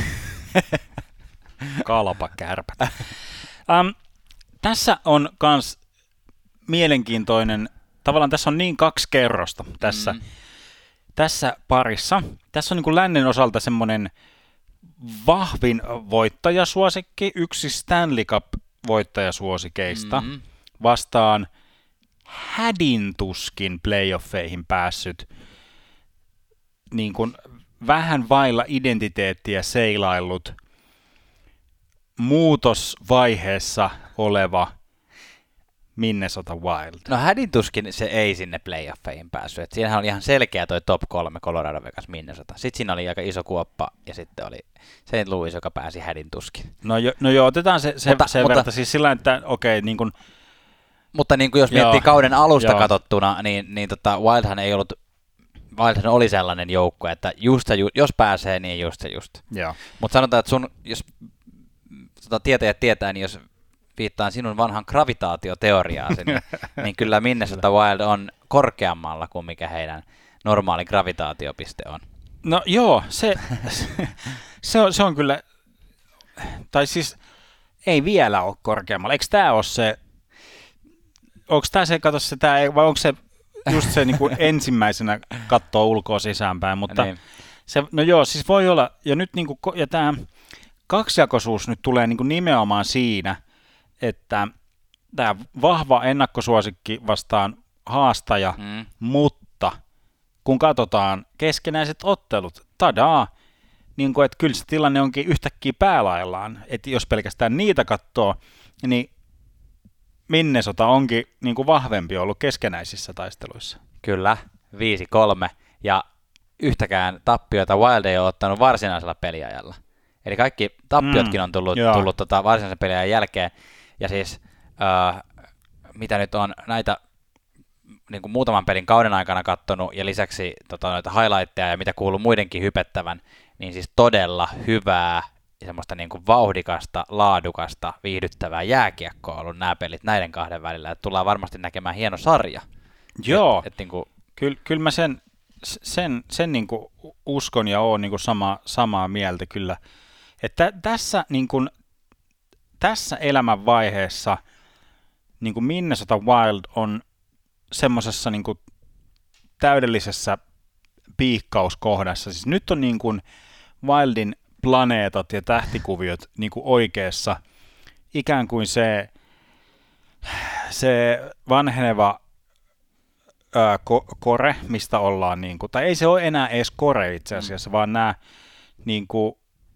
kalpakärpät. um, tässä on kans mielenkiintoinen, tavallaan tässä on niin kaksi kerrosta tässä, mm. tässä parissa. Tässä on niin kuin lännen osalta semmoinen vahvin voittajasuosikki, yksi Stanley Cup-voittajasuosikeista mm. vastaan hädintuskin playoffeihin päässyt, niin kuin vähän vailla identiteettiä seilaillut, muutosvaiheessa oleva Minnesota Wild. No hädintuskin se ei sinne playoffeihin päässyt. Et siinähän oli ihan selkeä toi top kolme Colorado Vegas Minnesota. Sitten siinä oli aika iso kuoppa ja sitten oli Saint Louis, joka pääsi hädintuskin. No, jo, no joo, otetaan se, se, mutta, sen mutta, verran. Siis sillä että okei, okay, niin kuin mutta niin kuin jos joo, miettii kauden alusta joo. katsottuna, niin, niin tota Wildhan ei ollut, Wildhan oli sellainen joukkue, että just se, jos pääsee, niin just se just. Mutta sanotaan, että sun, jos tota, tietäjät tietää, niin jos viittaan sinun vanhan gravitaatioteoriaasi, niin, niin kyllä Minnesota Wild on korkeammalla kuin mikä heidän normaali gravitaatiopiste on. No joo, se, se, on, se on kyllä, tai siis ei vielä ole korkeammalla. Eikö tämä ole se, onko tämä se, kato se, tää, vai onko se just se niin kuin ensimmäisenä kattoo ulkoa sisäänpäin, mutta Niin. se, no joo, siis voi olla, ja nyt niin kuin, ja tämä kaksijakoisuus nyt tulee niin kuin nimenomaan siinä, että tämä vahva ennakkosuosikki vastaan haastaja, Mm. mutta kun katsotaan keskenäiset ottelut, tadaa, niin kuin, että kyllä se tilanne onkin yhtäkkiä päälaillaan, että jos pelkästään niitä katsoo, niin Minnesota onkin niin kuin vahvempi ollut keskenäisissä taisteluissa. Kyllä, viisi kolme, ja yhtäkään tappiota Wild ei ole ottanut varsinaisella peliajalla. Eli kaikki tappiotkin Mm, on tullut, joo. tullut tota varsinaisen peliajan jälkeen, ja siis äh, mitä nyt on näitä niin kuin muutaman pelin kauden aikana katsonut, ja lisäksi tota, noita highlightteja ja mitä kuuluu muidenkin hypettävän, niin siis todella hyvää ja semmoista niin kuin vauhdikasta, laadukasta, viihdyttävää jääkiekkoa on ollut nämä pelit näiden kahden välillä, että tullaan varmasti näkemään hieno sarja. Joo, Et, et, niin kuin, kyllä, kyllä mä sen, sen, sen niin kuin uskon ja oon niin kuin sama, samaa mieltä kyllä, että tässä, niin kuin, tässä elämänvaiheessa niin kuin Minnesota Wild on semmoisessa niin kuin täydellisessä piikkauskohdassa. Siis nyt on niin kuin Wildin planeetat ja tähtikuviot niin kuin oikeassa, ikään kuin se, se vanheneva ää, ko, kore, mistä ollaan, niin kuin, tai ei se ole enää edes kore itse asiassa, mm. vaan nämä niin kuin,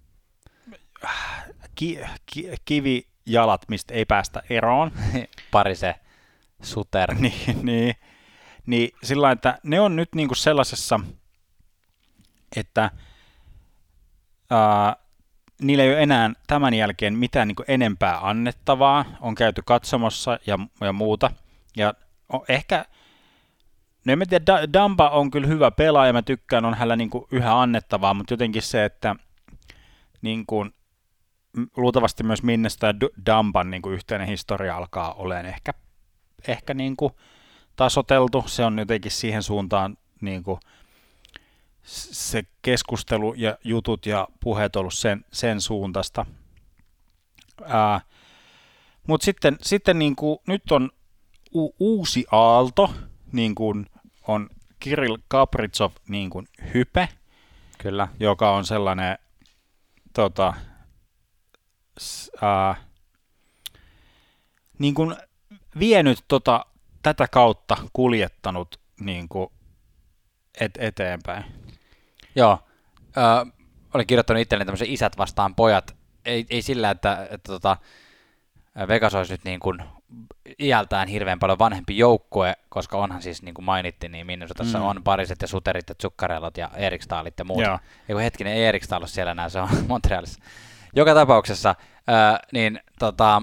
ki, ki, kivijalat, mistä ei päästä eroon. pari se Suter. niin, niin, niin sillä lailla, että ne on nyt niin kuin sellaisessa, että ää, niillä ei ole enää tämän jälkeen mitään niin kuin enempää annettavaa, on käyty katsomossa ja, ja muuta, ja on ehkä, no en mä tiedä, Dumba on kyllä hyvä pelaaja, mä tykkään, on hänellä niin kuin yhä annettavaa, mutta jotenkin se, että niin kuin, luultavasti myös Minnesota ja Dumban niin kuin yhteinen historia alkaa olemaan ehkä, ehkä niin kuin tasoteltu, se on jotenkin siihen suuntaan niin kuin se keskustelu ja jutut ja puheet ollut sen, sen suuntaista. Mutta sitten, sitten niin kuin, nyt on u- uusi aalto, niin kuin on Kirill Kaprizov niin kuin hype, Kyllä. joka on sellainen tota, s, ää, niin kuin vienyt tota, tätä kautta kuljettanut niin kuin et, eteenpäin. Joo, ö, olin kirjoittanut itselleni tämmöisen isät vastaan pojat, ei, ei sillä, että, että tota, Vegas olisi nyt niin kuin iältään hirveän paljon vanhempi joukkue, koska onhan siis niin kuin mainittiin, niin Minnesotassa mm. on Pariset ja Suterit ja Zuccarellot ja Erikstaalit ja muut. Joo. Eiku hetkinen, ei Erikstal ole siellä enää, se on Montrealissa. Joka tapauksessa, ö, niin tota,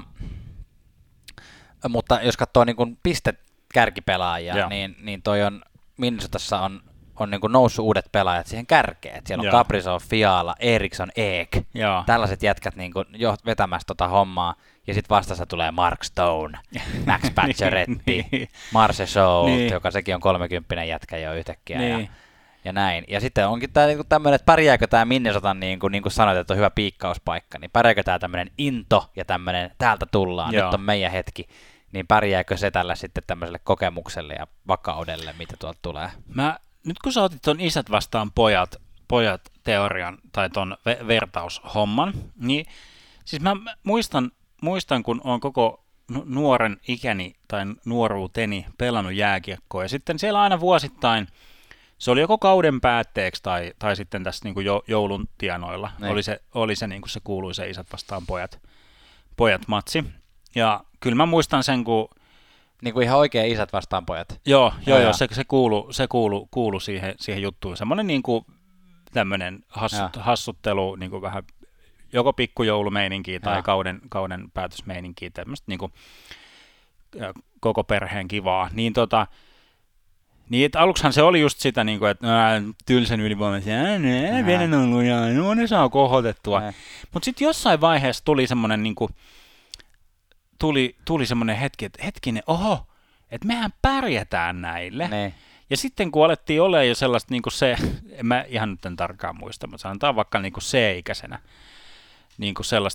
mutta jos katsoo niin kuin pistekärkipelaajia, Joo. niin, niin toi on, Minnesotassa on on niin kuin noussut uudet pelaajat siihen kärkeen. Siellä on Joo. Kaprizov, Fiala, Eriksson, Eek. Joo. Tällaiset jätkät niin kuin jo vetämässä tota hommaa. Ja sitten vastassa tulee Mark Stone, Max Pacioretty, niin. Marce Scholt, Niin. joka sekin on kolmekymppinen jätkä jo yhtäkkiä. Niin. Ja, ja näin. Ja sitten onkin tämä niin tämmöinen, että pärjääkö tämä Minnesotan, niin kuin, niin kuin sanoit, että on hyvä piikkauspaikka, niin pärjääkö tämä tämmöinen into ja tämmöinen täältä tullaan, Joo. nyt on meidän hetki, niin pärjääkö se tällä sitten tämmöiselle kokemukselle ja vakaudelle, mitä tuolta tulee? Mä, nyt kun sä otit ton isät vastaan pojat, pojat teorian tai ton ve- vertaushomman, niin siis mä muistan, muistan kun on koko nu- nuoren ikäni tai nuoruuteni pelannut jääkiekkoa ja sitten siellä aina vuosittain, se oli joko kauden päätteeksi tai, tai sitten tässä niin kuin jo, joulun tienoilla, Niin. oli se, oli se, niin kuin se kuuluisa isät vastaan pojat, pojat matsi. Ja kyllä mä muistan sen, kun Niin kuin ihan oikein isät vastaan pojat. Joo, joo, Joo, joo, joo. se, se kuuluu, se kuulu, kuulu siihen, siihen juttuun. Semmoinen niin kuin tämmöinen hassut, hassuttelu, niin kuin vähän joko pikkujoulumeininkiä tai Joo. kauden, kauden päätösmeininkiä, tämmöistä niin kuin, ja koko perheen kivaa. Niin tota, niin että aluksihan se oli just sitä, niin kuin, että ää, tylsän ylivoimaisia, ne veden on lujaa, no ne saa kohotettua. Mutta sitten jossain vaiheessa tuli semmoinen niin kuin, tuli, tuli semmoinen hetki, että hetkinen, oho, että mehän pärjätään näille. Niin. Ja sitten kun alettiin olemaan jo sellaista niin kuin se, en mä ihan nyt en tarkkaan muista, mutta sanotaan vaikka niin kuin C-ikäisenä, niin kuin sellaista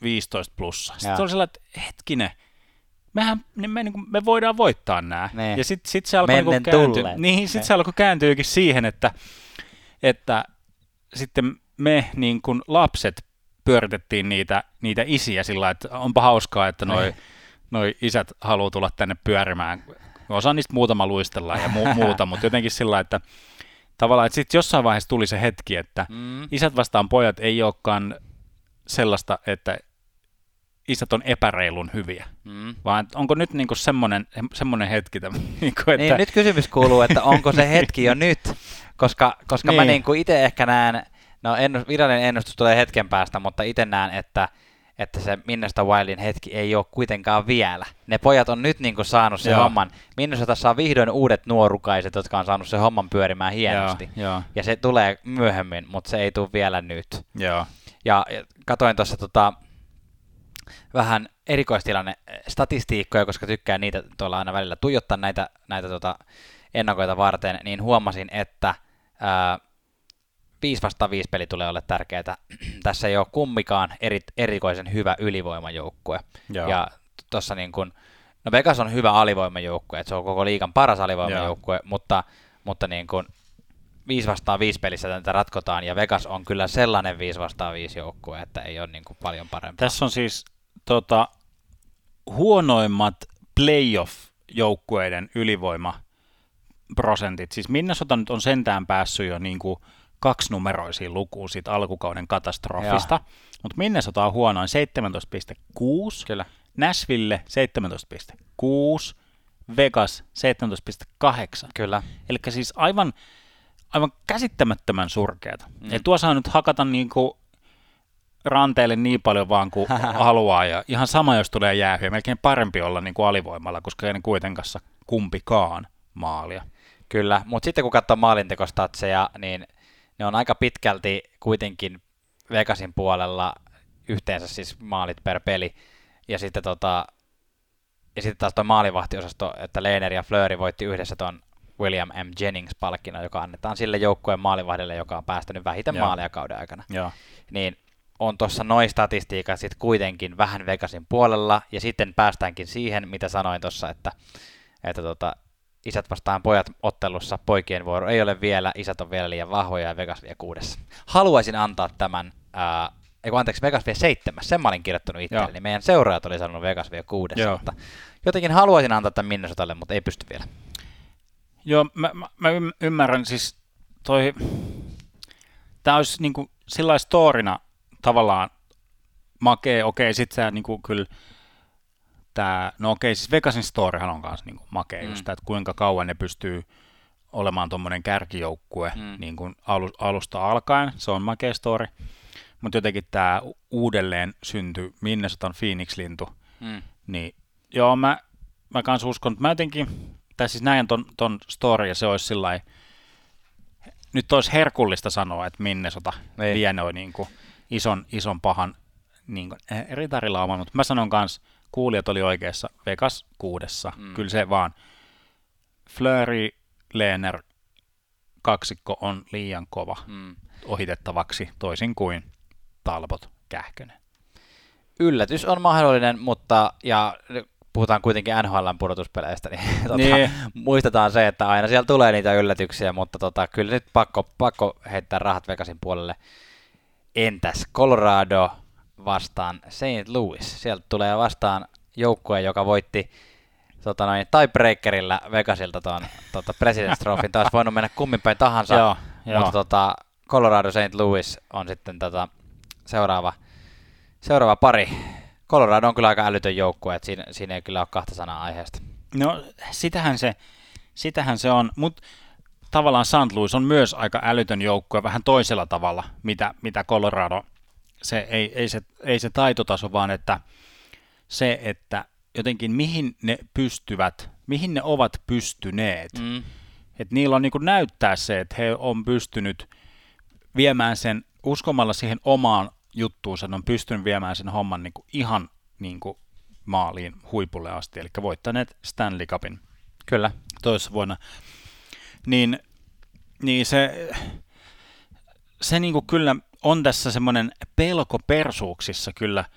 viisitoista plussa. Sitten Joo. se oli sellainen, että hetkinen, mehän, niin me, niin kuin, me voidaan voittaa nämä. Niin. Ja sitten sit se alkoi Mennen niin kääntyä. tulleen. Niin, sitten se alkoi kääntyykin siihen, että, että sitten me niin kuin lapset pyöritettiin niitä, niitä isiä sillä lailla, että onpa hauskaa, että noi, Niin. noi isät haluaa tulla tänne pyörimään. Osaan niistä muutama luistella ja mu- muuta, mutta jotenkin sillä lailla, että tavallaan, että sitten jossain vaiheessa tuli se hetki, että Mm. isät vastaan pojat ei olekaan sellaista, että isät on epäreilun hyviä, Mm. vaan onko nyt niinku semmoinen, semmoinen hetki, että, niinku, että Niin, nyt kysymys kuuluu, että onko se hetki jo nyt, koska, koska niin. mä Niin. niinku itse ehkä näen, no ennust, virallinen ennustus tulee hetken päästä, mutta itse näen, että, että se Minnesota Wildin hetki ei ole kuitenkaan vielä. Ne pojat on nyt niinku saanut sen Joo. homman. Minnesotassa on vihdoin uudet nuorukaiset, jotka on saanut sen homman pyörimään hienosti. Joo, joo, Ja se tulee myöhemmin, mutta se ei tule vielä nyt. joo. Ja ja katoin tuossa tota, vähän erikoistilanne statistiikkoja, koska tykkään niitä tuolla aina välillä tuijottaa näitä, näitä tota, ennakoita varten, niin huomasin, että ää, viisi vastaan viisi peli tulee olla tärkeää. Tässä ei ole kummikaan eri, erikoisen hyvä ylivoimajoukkue. Joo. Ja tuossa niin kun, no Vegas on hyvä alivoimajoukkue, että se on koko liigan paras alivoimajoukkue, mutta, mutta niin kun viisi vastaan viisi pelissä tätä ratkotaan, ja Vegas on kyllä sellainen viisi vastaan viisi joukkue, että ei ole niin kuin paljon parempaa. Tässä on siis tota, huonoimmat playoff-joukkueiden ylivoimaprosentit. Siis Minnesota nyt on sentään päässyt jo niin kuin kaksinumeroisiin lukuun siitä alkukauden katastrofista, mutta Minnesota on huonoin seitsemäntoista pilkku kuusi, Kyllä. Nashville seitsemäntoista pilkku kuusi, Vegas seitsemäntoista pilkku kahdeksan. Kyllä. Eli siis aivan, aivan käsittämättömän surkeata. Mm. Ja tuossa on nyt hakata niinku ranteelle niin paljon vaan kuin haluaa, ja ihan sama, jos tulee jäähyä. Melkein parempi olla niinku alivoimalla, koska ei ne kuitenkaan saa kumpikaan maalia. Kyllä, mutta sitten kun katsoo maalintekostatseja, niin ne on aika pitkälti kuitenkin Vegasin puolella yhteensä siis maalit per peli. Ja sitten, tota, ja sitten taas tuo maalivahtiosasto, että Lehner ja Fleury voitti yhdessä tuon William M. Jennings-palkinnon, joka annetaan sille joukkueen maalivahdille, joka on päästänyt vähiten Joo. maaleja kauden aikana. Joo. Niin on tuossa noin statistiikat sitten kuitenkin vähän Vegasin puolella, ja sitten päästäänkin siihen, mitä sanoin tuossa, että, että tota, isät vastaan pojat ottelussa, poikien vuoro ei ole vielä, isät on vielä liian vahvoja ja Vegas vie kuudessa. Haluaisin antaa tämän, ää, eiku, anteeksi, Vegas vie seitsemäs, sen mä olin kirjoittanut itselleni, niin meidän seuraajat oli sanonut Vegas vie kuudessa, Joo. mutta jotenkin haluaisin antaa tämän Minnesotalle, mutta ei pysty vielä. Joo, mä, mä, mä ym- ymmärrän, siis toi, tää olisi niinku sillä storina tavallaan makee, okei, sit sä niinku kyllä, tää, no okei, siis Vegasin storihan on kanssa niinku makee, mm. just tää, että kuinka kauan ne pystyy olemaan tommonen kärkijoukkue Mm. niin kuin alu, alusta alkaen, se on makea story, mutta jotenkin tää uudelleen syntyi Minnesotan Phoenix-lintu, Mm. niin joo, mä, mä kans uskon, että mä jotenkin, tai siis näen ton, ton story, ja se olisi sillai, nyt olisi herkullista sanoa, että Minnesota Niin. vie noin niin kuin ison, ison pahan niin kuin, eh, ritarilauman, mutta mä sanon kans, kuulijat oli oikeassa, Vegas kuudessa, Mm. kyllä se vaan, Fleury, Lehner, kaksikko on liian kova Mm. ohitettavaksi, toisin kuin Talbot, Kähkönen. Yllätys on mahdollinen, mutta ja puhutaan kuitenkin N H L:n pudotuspeleistä, niin, tota, Niin. muistetaan se, että aina siellä tulee niitä yllätyksiä, mutta tota, kyllä nyt pakko, pakko heittää rahat Vegasin puolelle. Entäs Colorado vastaan Saint Louis? Sieltä tulee vastaan joukkue, joka voitti tota noin, tiebreakerilla Vegasilta tuon tota President's Trophyn. Taas voinut mennä kummin päin tahansa, Joo, joo. mutta tota, Colorado Saint Louis on sitten tota, seuraava, seuraava pari. Colorado on kyllä aika älytön joukkue, että siinä, siinä ei kyllä ole kahta sanaa aiheesta. No sitähän se, sitähän se on, mutta tavallaan Saint Louis on myös aika älytön joukkue vähän toisella tavalla, mitä, mitä Colorado. Se ei, ei, se, ei se taitotaso, vaan että se, että jotenkin mihin ne pystyvät, mihin ne ovat pystyneet. Mm. Että niillä on niin kuin näyttää se, että he on pystynyt viemään sen uskomalla siihen omaan juttuunsa, ne on pystynyt viemään sen homman niin kuin ihan niin kuin maaliin huipulle asti, eli voittaneet Stanley Cupin Kyllä. toisessa vuonna. Niin, niin se, se niin kuin kyllä on tässä semmoinen pelko persuuksissa kyllä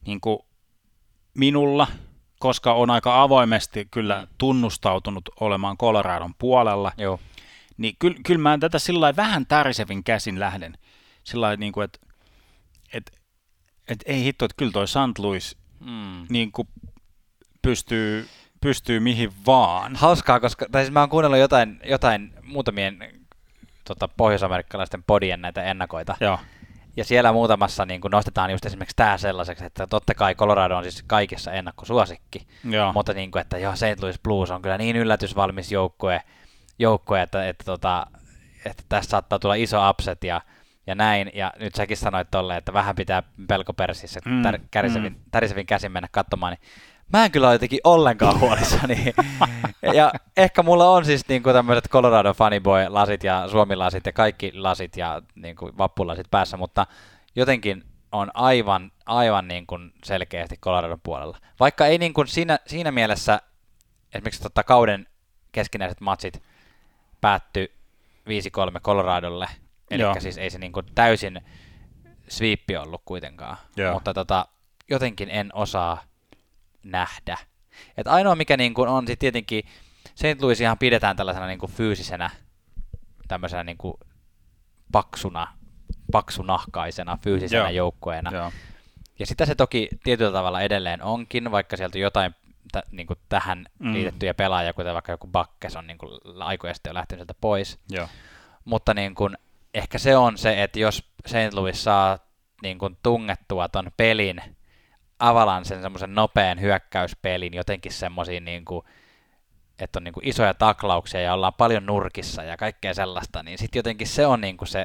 niin kuin minulla, koska on aika avoimesti kyllä tunnustautunut olemaan Coloradon puolella, Joo. niin kyllä, kyllä mä tätä sillä vähän tärisevin käsin lähden. Sillä lailla, niin kuin, että et, et ei hitto, että kyllä toi Saint Louis Mm. niin kuin pystyy, pystyy mihin vaan. Hauskaa, koska tai siis mä oon kuunnellut jotain, jotain muutamien tota, pohjois-amerikkalaisten podien näitä ennakoita. Joo. Ja siellä muutamassa niin kun nostetaan just esimerkiksi tämä sellaiseksi, että totta kai Colorado on siis kaikissa ennakkosuosikki, Joo. mutta niin kuin, että joo, Saint Louis Blues on kyllä niin yllätysvalmis joukkue, joukkue että, että, tota, että tässä saattaa tulla iso upset ja, ja näin. Ja nyt säkin sanoit tolleen, että vähän pitää pelko persissä Mm, tär, kärisevin, mm. tärisevin käsin mennä katsomaan, niin mä en kyllä ole jotenkin ollenkaan huolissani. Ja ehkä mulla on siis niin kuin tämmöiset Colorado Funnyboy-lasit ja Suomi-lasit ja kaikki lasit ja niin kuin vappulasit päässä, mutta jotenkin on aivan, aivan niin kuin selkeästi Coloradon puolella. Vaikka ei niin kuin siinä, siinä mielessä esimerkiksi tota kauden keskinäiset matsit päättyi viisi kolme Coloradolle, eli Joo. siis ei se niin kuin täysin sweepi ollut kuitenkaan, Joo. mutta tota, jotenkin en osaa nähdä. Et ainoa mikä niin kuin on sitten tietenkin, Saint Louisiahan pidetään tällaisena niin kuin fyysisenä, tämmöisenä niin kuin paksuna, paksunahkaisena, fyysisenä Joo. joukkueena. Joo. Ja sitä se toki tietyllä tavalla edelleen onkin, vaikka sieltä on jotain tä, niin kuin tähän Mm. liitettyjä pelaajia, kuten vaikka joku Backes on niin kuin aikoja sitten jo lähtenyt sieltä pois. Joo. Mutta niin kuin, ehkä se on se, että jos Saint Louis saa niin kuin tungettua ton pelin, Avalancen semmoisen nopean hyökkäyspelin, jotenkin semmoisiin, niin kuin, että on niin kuin isoja taklauksia ja ollaan paljon nurkissa ja kaikkea sellaista, niin sitten jotenkin se on niin kuin se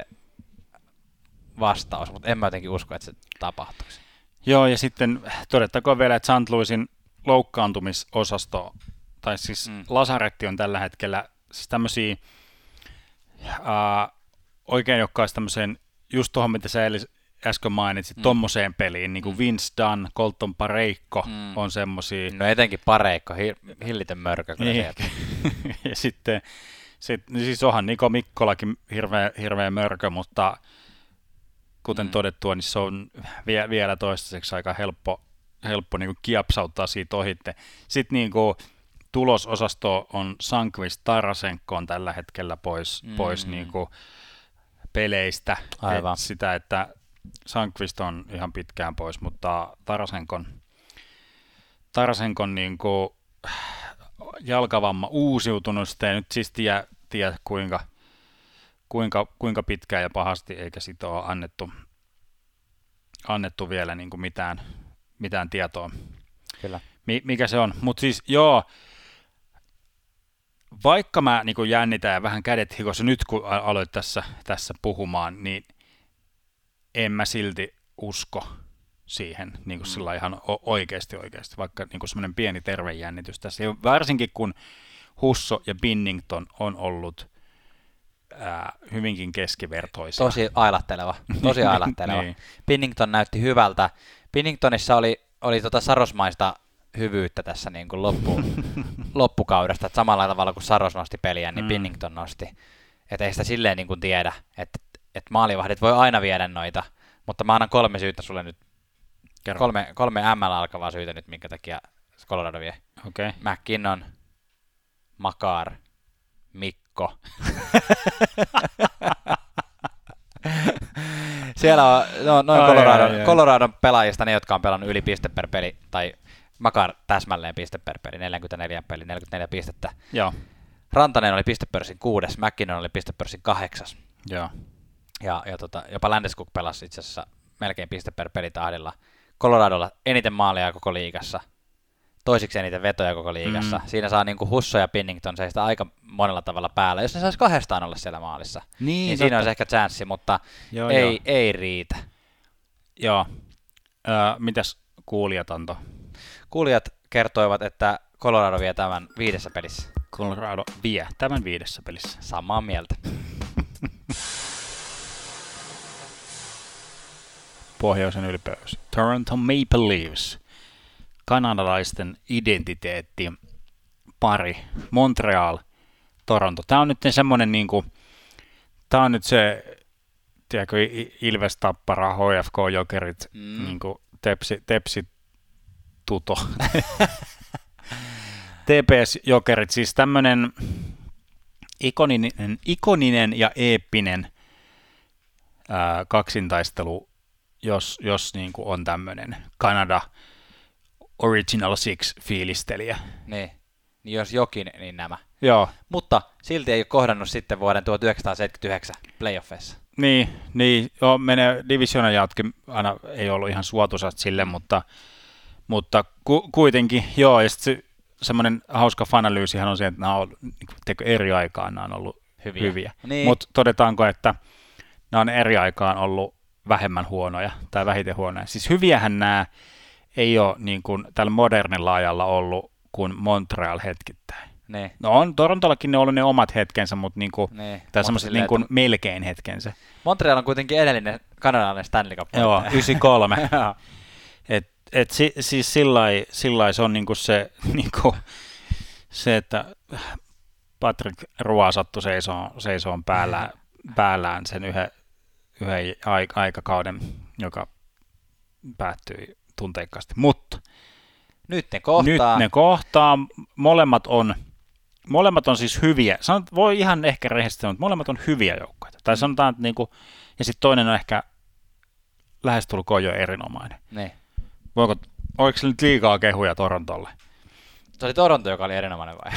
vastaus, mutta en mä jotenkin usko, että se tapahtuisi. Joo, ja sitten todettakoon vielä, että Saint Louisin loukkaantumisosasto, tai siis Mm. mm. lasaretti on tällä hetkellä siis tämmöisiä, äh, oikein jotka olisi tämmöiseen, just tuohon mitä sä Elis äsken mainitsit, Mm. mm. tommoseen peliin, niin kuin Mm. Vince Dunn, Colton Parayko Mm. on semmosia. No etenkin Pareikko, hi- hillitön mörkö kyllä Niin. sieltä. Ja sitten, sit, niin siis onhan Niko Mikkolakin hirveä, hirveä mörkö, mutta kuten Mm. mm. todettua, niin se on vie, vielä toistaiseksi aika helppo, helppo niin kuin kiapsauttaa siitä ohitte. Sitten niin kuin tulososasto on Sankvist, Tarasenko on tällä hetkellä pois, Mm. mm. pois niin kuin peleistä. Aivan. Et sitä, että Sankvist on ihan pitkään pois, mutta Tarasenkon, Tarasenkon niin kuin jalkavamma uusiutunut, sitä ei nyt siis tiedä, tiedä kuinka, kuinka, kuinka pitkään ja pahasti, eikä siitä ole annettu, annettu vielä niin kuin mitään, mitään tietoa, Kyllä. Mi- mikä se on. Mutta siis joo, vaikka mä niin kuin jännitän ja vähän kädet hikossa nyt, kun a- aloit tässä, tässä puhumaan, niin en mä silti usko siihen niin kuin Mm. sillä ihan o- oikeasti oikeasti, vaikka niin kuin semmoinen pieni tervejännitys tässä. Ja varsinkin kun Husso ja Binnington on ollut ää, hyvinkin keskivertoisia. Tosi ailatteleva, tosi ailatteleva. Niin. Binnington näytti hyvältä. Binningtonissa oli, oli tota sarosmaista hyvyyttä tässä niin kuin loppu, loppukaudesta, että samalla tavalla kuin Saros nosti peliä, niin Mm. Binnington nosti. Että ei sitä silleen niin kuin tiedä, että, että maalivahdit voi aina viedä noita, mutta mä annan kolme syytä sulle nyt, Kerro. kolme, kolme M L alkavaa syytä nyt, minkä takia Colorado vie. Okei. McKinnon, Makar, Mikko. Siellä on no, noin Ai, Coloradon, ai, ai. Coloradon pelaajista ne, jotka on pelannut yli piste per peli, tai Makar täsmälleen piste per peli, neljäkymmentäneljä peli, neljäkymmentäneljä pistettä. Joo, Rantanen oli pistepörssin kuudes, McKinnon oli pistepörssin kahdeksas. joo. Ja, ja tota, jopa Landeskog pelasi itse asiassa melkein piste per pelitahdilla. Coloradolla eniten maaleja koko liigassa, toisiksi eniten vetoja koko liigassa. Mm. Siinä saa niinku Husso ja Binnington seistä aika monella tavalla päällä. Jos ne saisi kahdestaan olla siellä maalissa, niin, niin siinä olisi ehkä chanssi, mutta Joo, ei, joo. ei riitä. Joo. Öö, mitäs kuulijat antoi? Kuulijat kertoivat, että Colorado vie tämän viidessä pelissä. Colorado vie tämän viidessä pelissä. Samaa mieltä. Pohjoisen ylpeys. Toronto Maple Leafs. Kanadalaisten identiteetti. Pari. Montreal. Toronto. Tämä on nyt semmoinen niinku, tämä on nyt se, tiedätkö, I- Ilves, Tappara, H F K, Jokerit, Mm. niinku, Tepsi, Tepsi Tuto. T P S-jokerit, siis tämmöinen ikoninen, ikoninen ja eeppinen ää, kaksintaistelu, jos, jos niin kuin on tämmöinen Canada Original Six-fiilistelijä. Niin. Niin jos jokin, niin nämä. Joo. Mutta silti ei ole kohdannut sitten vuoden tuhatyhdeksänsataaseitsemänkymmentäyhdeksän playoffeissa. Niin, niin joo, menee divisioonan jaotkin aina ei ollut ihan suotuisat sille, mutta, mutta ku, kuitenkin, joo, ja sitten se, semmoinen hauska fanalyysihän on se, että nämä on niin eri aikaan nämä on ollut hyviä, hyviä. Niin. Mutta todetaanko, että nämä on eri aikaan ollut vähemmän huonoja tai vähiten huonoja. Siis hyviähän nämä ei ole niin kuin tällä modernilla ajalla ollut kuin Montreal hetkittäin. Ne. No on, Torontollakin ne on ollut ne omat hetkensä, mutta niinku, ne. tai semmoiset niinku että melkein hetkensä. Montreal on kuitenkin edellinen kanadalainen Stanley Cup. Joo, yhdeksänkymmentäkolme. et, et si, siis sillai se on niinku se, niinku, se, että Patrick Roy sattui seisoon, seisoon päällään, päällään sen yhden, yhden aikakauden, joka päättyi tunteikkaasti. Mutta nyt ne kohtaa. Nyt ne kohtaa. Molemmat on, molemmat on siis hyviä. Sanot, voi ihan ehkä rehellisesti sanoa, että molemmat on hyviä joukkoja. Tai sanotaan, että niinku, ja sitten toinen on ehkä lähestulkoon jo erinomainen. Ne. Voiko, oliko se nyt liikaa kehuja Torontolle? Se oli Toronto, joka oli erinomainen vai?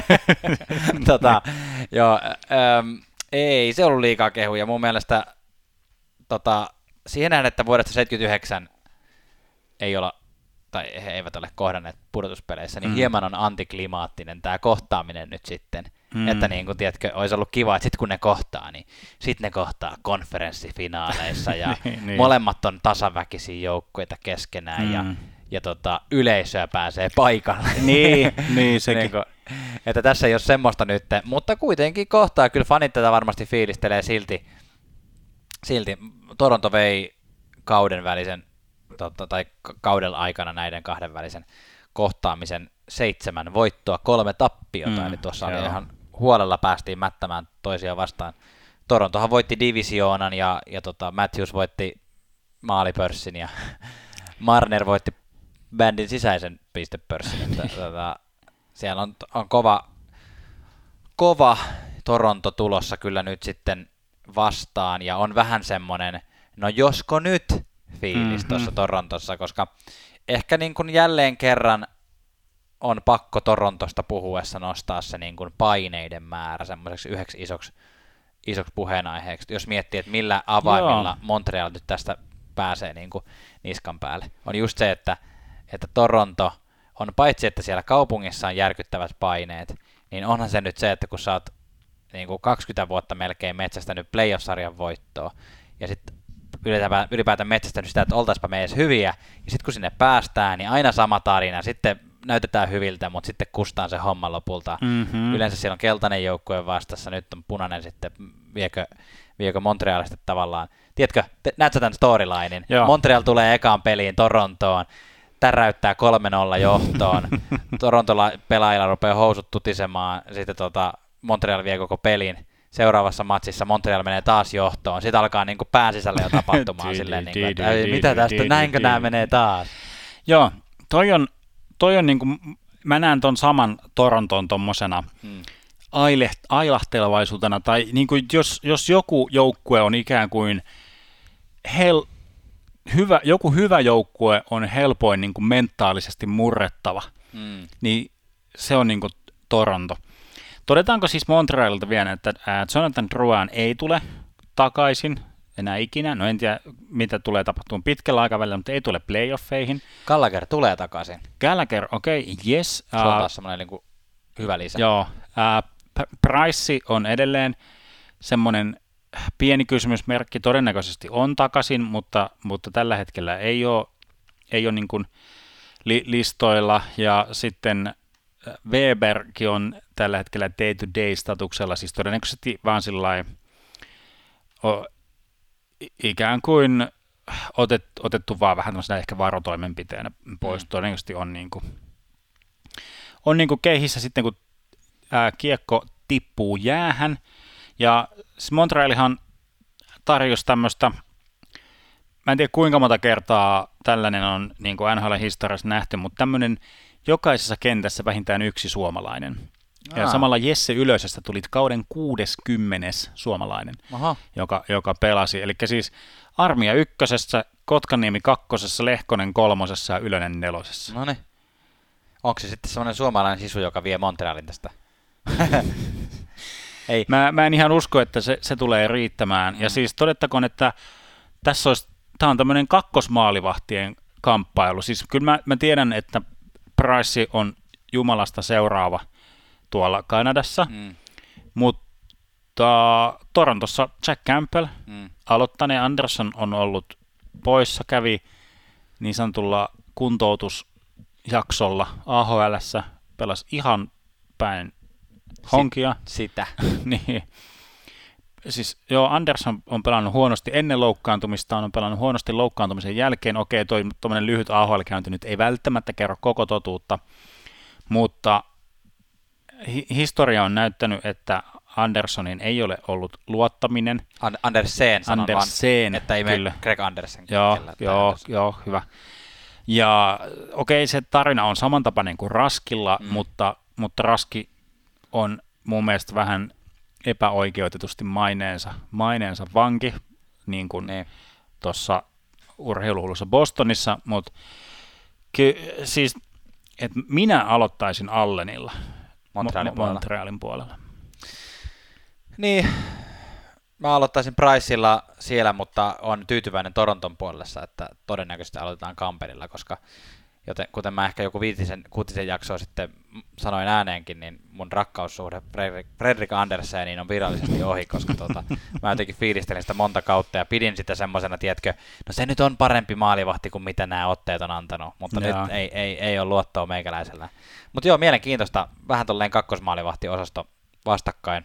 tota, joo, äm, ei se ollut liikaa kehuja. Mun mielestä tota, siihen nähden, että vuodesta seitsemänkymmentäyhdeksän ei olla tai he eivät ole kohdanneet pudotuspeleissä, niin mm. hieman on antiklimaattinen tämä kohtaaminen nyt sitten. Mm. Että niin kuin, tiedätkö, olisi ollut kiva, että sitten kun ne kohtaa, niin sitten ne kohtaa konferenssifinaaleissa ja niin. molemmat on tasaväkisiä joukkueita keskenään mm. ja, ja tota, yleisöä pääsee paikalle. Niin, niin sekin. niin kuin, että tässä ei ole semmoista nyt, mutta kuitenkin kohtaa. Kyllä fanit tätä varmasti fiilistelee silti. silti. Toronto vei kauden välisen Totta, tai kauden aikana näiden kahden välisen kohtaamisen seitsemän voittoa, kolme tappiota, mm, eli tuossa oli ihan huolella päästiin mättämään toisia vastaan. Torontohan voitti divisioonan ja, ja tota, Matthews voitti maalipörssin ja Marner voitti bändin sisäisen pistepörssin. Että, tota, siellä on, on kova, kova Toronto tulossa kyllä nyt sitten vastaan ja on vähän semmoinen, no josko nyt fiilis tuossa mm-hmm. Torontossa, koska ehkä niin kuin jälleen kerran on pakko Torontosta puhuessa nostaa se niin kuin paineiden määrä semmoiseksi yhdeksi isoksi, isoksi puheenaiheeksi, jos miettii, että millä avaimilla Joo. Montreal nyt tästä pääsee niin kuin niskan päälle. On just se, että, että Toronto on paitsi, että siellä kaupungissa on järkyttävät paineet, niin onhan se nyt se, että kun sä oot niin kuin kaksikymmentä vuotta melkein metsästänyt playoff-sarjan voittoa, ja sitten ylipäätään, ylipäätään metsästänyt sitä, että oltaispa me edes hyviä, ja sitten kun sinne päästään, niin aina sama tarina, sitten näytetään hyviltä, mutta sitten kustaan se homma lopulta. Mm-hmm. Yleensä siellä on keltainen joukkue vastassa, nyt on punainen sitten, viekö, viekö Montrealista tavallaan. Tiedätkö, näetkö tämän storylinen? Montreal tulee ekaan peliin Torontoon, täräyttää kolme nolla johtoon, Torontolla pelaajilla rupeaa housut tutisemaan, sitten tota, Montreal vie koko pelin. Seuraavassa matsissa Montreal menee taas johtoon. Sitten alkaa niin kuin pään sisällä jo tapahtumaan silleen, niin kuin, että mitä tästä, näinkö nämä menee taas? Joo, toi on, toi on niin kuin, mä näen ton saman Toronton tommosena hmm. ailahtelevaisuutena, tai niin kuin jos, jos joku joukkue on ikään kuin hel, hyvä, joku hyvä joukkue on helpoin niin kuin mentaalisesti murrettava, hmm. niin se on niin kuin Toronto. Todetaanko siis Montrealilta vielä, että Jonathan Drouin ei tule takaisin enää ikinä. No en tiedä, mitä tulee tapahtumaan pitkällä aikavälillä, mutta ei tule playoffeihin. Gallagher tulee takaisin. Gallagher, okei, okay, yes. Se on taas semmoinen niin kuin hyvä lisä. Joo. Uh, Price on edelleen semmoinen pieni kysymysmerkki. Todennäköisesti on takaisin, mutta, mutta tällä hetkellä ei ole, ei ole niin kuin li- listoilla. Ja sitten Weberkin on tällä hetkellä day-to-day-statuksella, siis todennäköisesti vaan sillain ikään kuin otet, otettu vaan vähän ehkä varotoimenpiteenä pois. Mm. Todennäköisesti on, niin kuin, on niin kuin kehissä sitten, kun ää, kiekko tippuu jäähän. Ja Montrealihan tarjosi tämmöistä mä en tiedä kuinka monta kertaa tällainen on niin kuin N H L-historiassa nähty, mutta tämmöinen jokaisessa kentässä vähintään yksi suomalainen. Ja Aa. samalla Jesse Ylösestä tuli kauden kuudeskymmenes suomalainen, Aha. joka, joka pelasi. Eli siis Armia ykkösessä, Kotkaniemi kakkosessa, Lehkonen kolmosessa ja Ylönen nelosessa. No niin. Onko se sitten semmoinen suomalainen sisu, joka vie Montrealin tästä? Ei. Mä, mä en ihan usko, että se, se tulee riittämään. Ja Mm. siis todettakoon, että tässä olisi, tämä on tämmöinen kakkosmaalivahtien kamppailu. Siis kyllä mä, mä tiedän, että Price on Jumalasta seuraava tuolla Kanadassa, Mm. mutta Torontossa Jack Campbell, Mm. aloittaneen Anderson on ollut poissa, kävi niin sanotulla kuntoutusjaksolla A H L:ssä, pelasi ihan päin honkia. Sitä. Niin. Siis joo, Anderson on pelannut huonosti ennen loukkaantumista, on pelannut huonosti loukkaantumisen jälkeen. Okei, toi tuommoinen lyhyt A H L-käynti nyt ei välttämättä kerro koko totuutta, mutta hi- historia on näyttänyt, että Andersonin ei ole ollut luottaminen. An- Andersen sanon Andersen, vaan, että ei kyllä. mene Greg Andersen. Joo, kellä- joo, Andersen. joo, hyvä. Ja okei, se tarina on samantapainen kuin Raskilla, Mm. mm. mutta, mutta Raski on mun mielestä vähän epäoikeutetusti maineensa, maineensa vanki, niin kuin Niin. tuossa urheiluhullussa Bostonissa, mutta ky- siis, että minä aloittaisin Allenilla, Montrealin Mo- puolella. Montrealin puolella. Niin, mä aloittaisin Priceilla siellä, mutta on tyytyväinen Toronton puolessa, että todennäköisesti aloitetaan Kamperilla, koska joten, kuten mä ehkä joku viitisen, kuutisen jaksoa sitten sanoin ääneenkin, niin mun rakkaussuhde Fredrik, Fredrik Anderseniin on virallisesti ohi, koska tota, mä jotenkin fiilistelin sitä monta kautta ja pidin sitä semmoisena, tiedätkö, no se nyt on parempi maalivahti kuin mitä nämä otteet on antanut, mutta Jaa. nyt ei, ei, ei ole luottoa meikäläisellä. Mutta joo, mielenkiintoista, vähän tolleen kakkosmaalivahtiosasto vastakkain.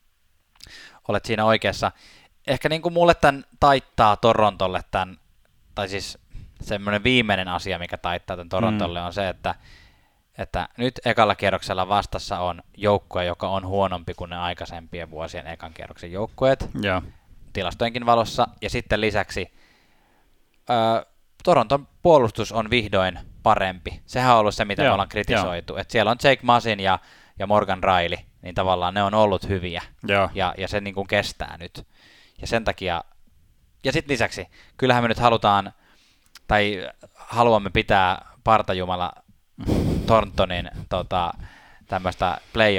Olet siinä oikeassa. Ehkä niin kuin mulle tämän taittaa Torontolle tämän, tai siis semmoinen viimeinen asia, mikä taittaa tämän Torontolle, mm. on se, että, että nyt ekalla kierroksella vastassa on joukkue, joka on huonompi kuin ne aikaisempien vuosien ekan kierroksen joukkueet, Joo. tilastojenkin valossa, ja sitten lisäksi ää, Toronton puolustus on vihdoin parempi. Sehän on ollut se, mitä Joo, me ollaan kritisoitu. Et siellä on Jake Masin ja, ja Morgan Riley, niin tavallaan ne on ollut hyviä. Joo. Ja, ja se niin kuin kestää nyt. Ja sen takia, ja sitten lisäksi, kyllähän me nyt halutaan, tai haluamme pitää partajumala Thorntonin tota, tämmöistä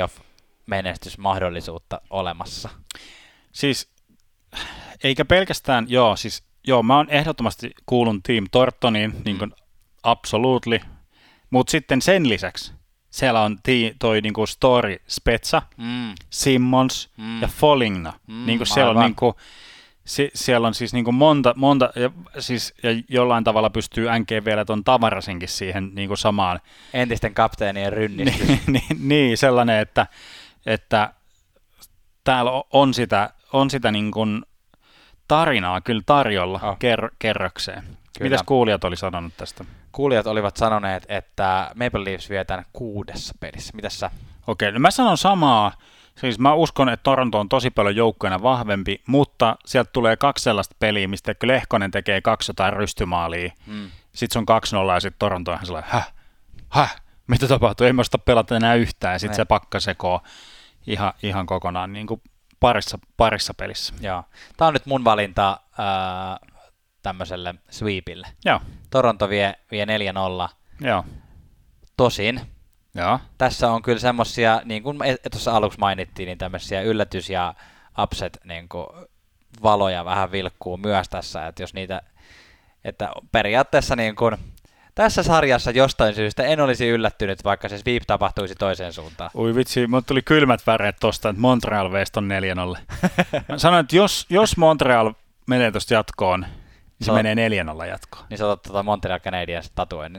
playoff-menestysmahdollisuutta olemassa. Siis, eikä pelkästään, joo, siis, joo, mä oon ehdottomasti kuulun Team Thorntoniin, niin kuin absolutely, mutta sitten sen lisäksi siellä on tii, toi niin kuin Story Spezza, Mm. Simmons Mm. ja Foligno. Mm, niin kuin siellä, on, aivan. niin kuin, si, siellä on siis niin kuin monta, monta ja, siis, ja jollain tavalla pystyy N K vielä ton Tavarasinkin siihen niin kuin samaan. Entisten kapteenien rynnistys. niin, niin, niin, sellainen, että, että täällä on sitä, on sitä niin kuin tarinaa kyllä tarjolla Oh. ker, kerrokseen. Kyllä. Mitäs kuulijat oli sanonut tästä? Kuulijat olivat sanoneet, että Maple Leafs vietään kuudessa pelissä. Mitäs sä? Okei, no mä sanon samaa. Siis mä uskon, että Toronto on tosi paljon joukkueena vahvempi, mutta sieltä tulee kaksi sellaista peliä, mistä Lehkonen tekee kaksi jotain rystymaalia. Mm. Sitten se on kaksi nolla ja sitten Toronto on ihan sellainen, häh, häh, mitä tapahtuu? Ei mä sitä pelata enää yhtään. Ja sitten Ne. se pakka sekoo ihan, ihan kokonaan niin kuin parissa, parissa pelissä. Joo. Tämä on nyt mun valinta ää, tämmöiselle sweepille. Joo, Toronto vie, vie neljä nolla. joo, Tosin joo. tässä on kyllä semmosia, niin kuin tuossa aluksi mainittiin, niin tämmöisiä yllätys- ja upset niin kuin valoja vähän vilkkuu myös tässä, että jos niitä, että periaatteessa niin kuin tässä sarjassa jostain syystä en olisi yllättynyt, vaikka se sweep tapahtuisi toiseen suuntaan. Ui vitsi, mut tuli kylmät väreet tosta, että Montreal veisi ton neljä nolla. Mä sanoin, että jos, jos Montreal menee tosta jatkoon, niin se No. menee neljä nolla jatkoon. Niin sä otat tuota Montreal Canadiens tatuoinnin.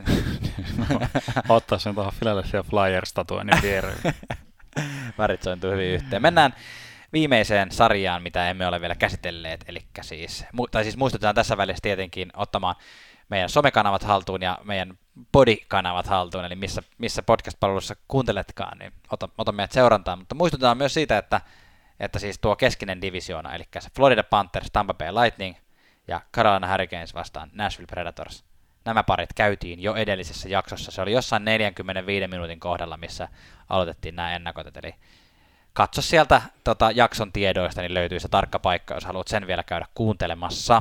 Ottaa sen tuohon Philadelphia Flyers tatuoinnin viereen. Värit sointuu hyvin yhteen. Mennään viimeiseen sarjaan, mitä emme ole vielä käsitelleet, eli siis, mu- tai siis muistutetaan tässä välissä tietenkin ottamaan meidän somekanavat haltuun ja meidän Podi-kanavat haltuun, eli missä, missä podcast-palvelussa kuunteletkaan, niin ota, ota meidät seurantaan, mutta muistutetaan myös siitä, että, että siis tuo keskinen divisioona, eli se Florida Panthers, Tampa Bay Lightning ja Carolina Hurricanes vastaan Nashville Predators. Nämä parit käytiin jo edellisessä jaksossa. Se oli jossain neljänkymmenenviiden minuutin kohdalla, missä aloitettiin nämä ennakot. Eli katso sieltä tota, jakson tiedoista, niin löytyy se tarkka paikka, jos haluat sen vielä käydä kuuntelemassa.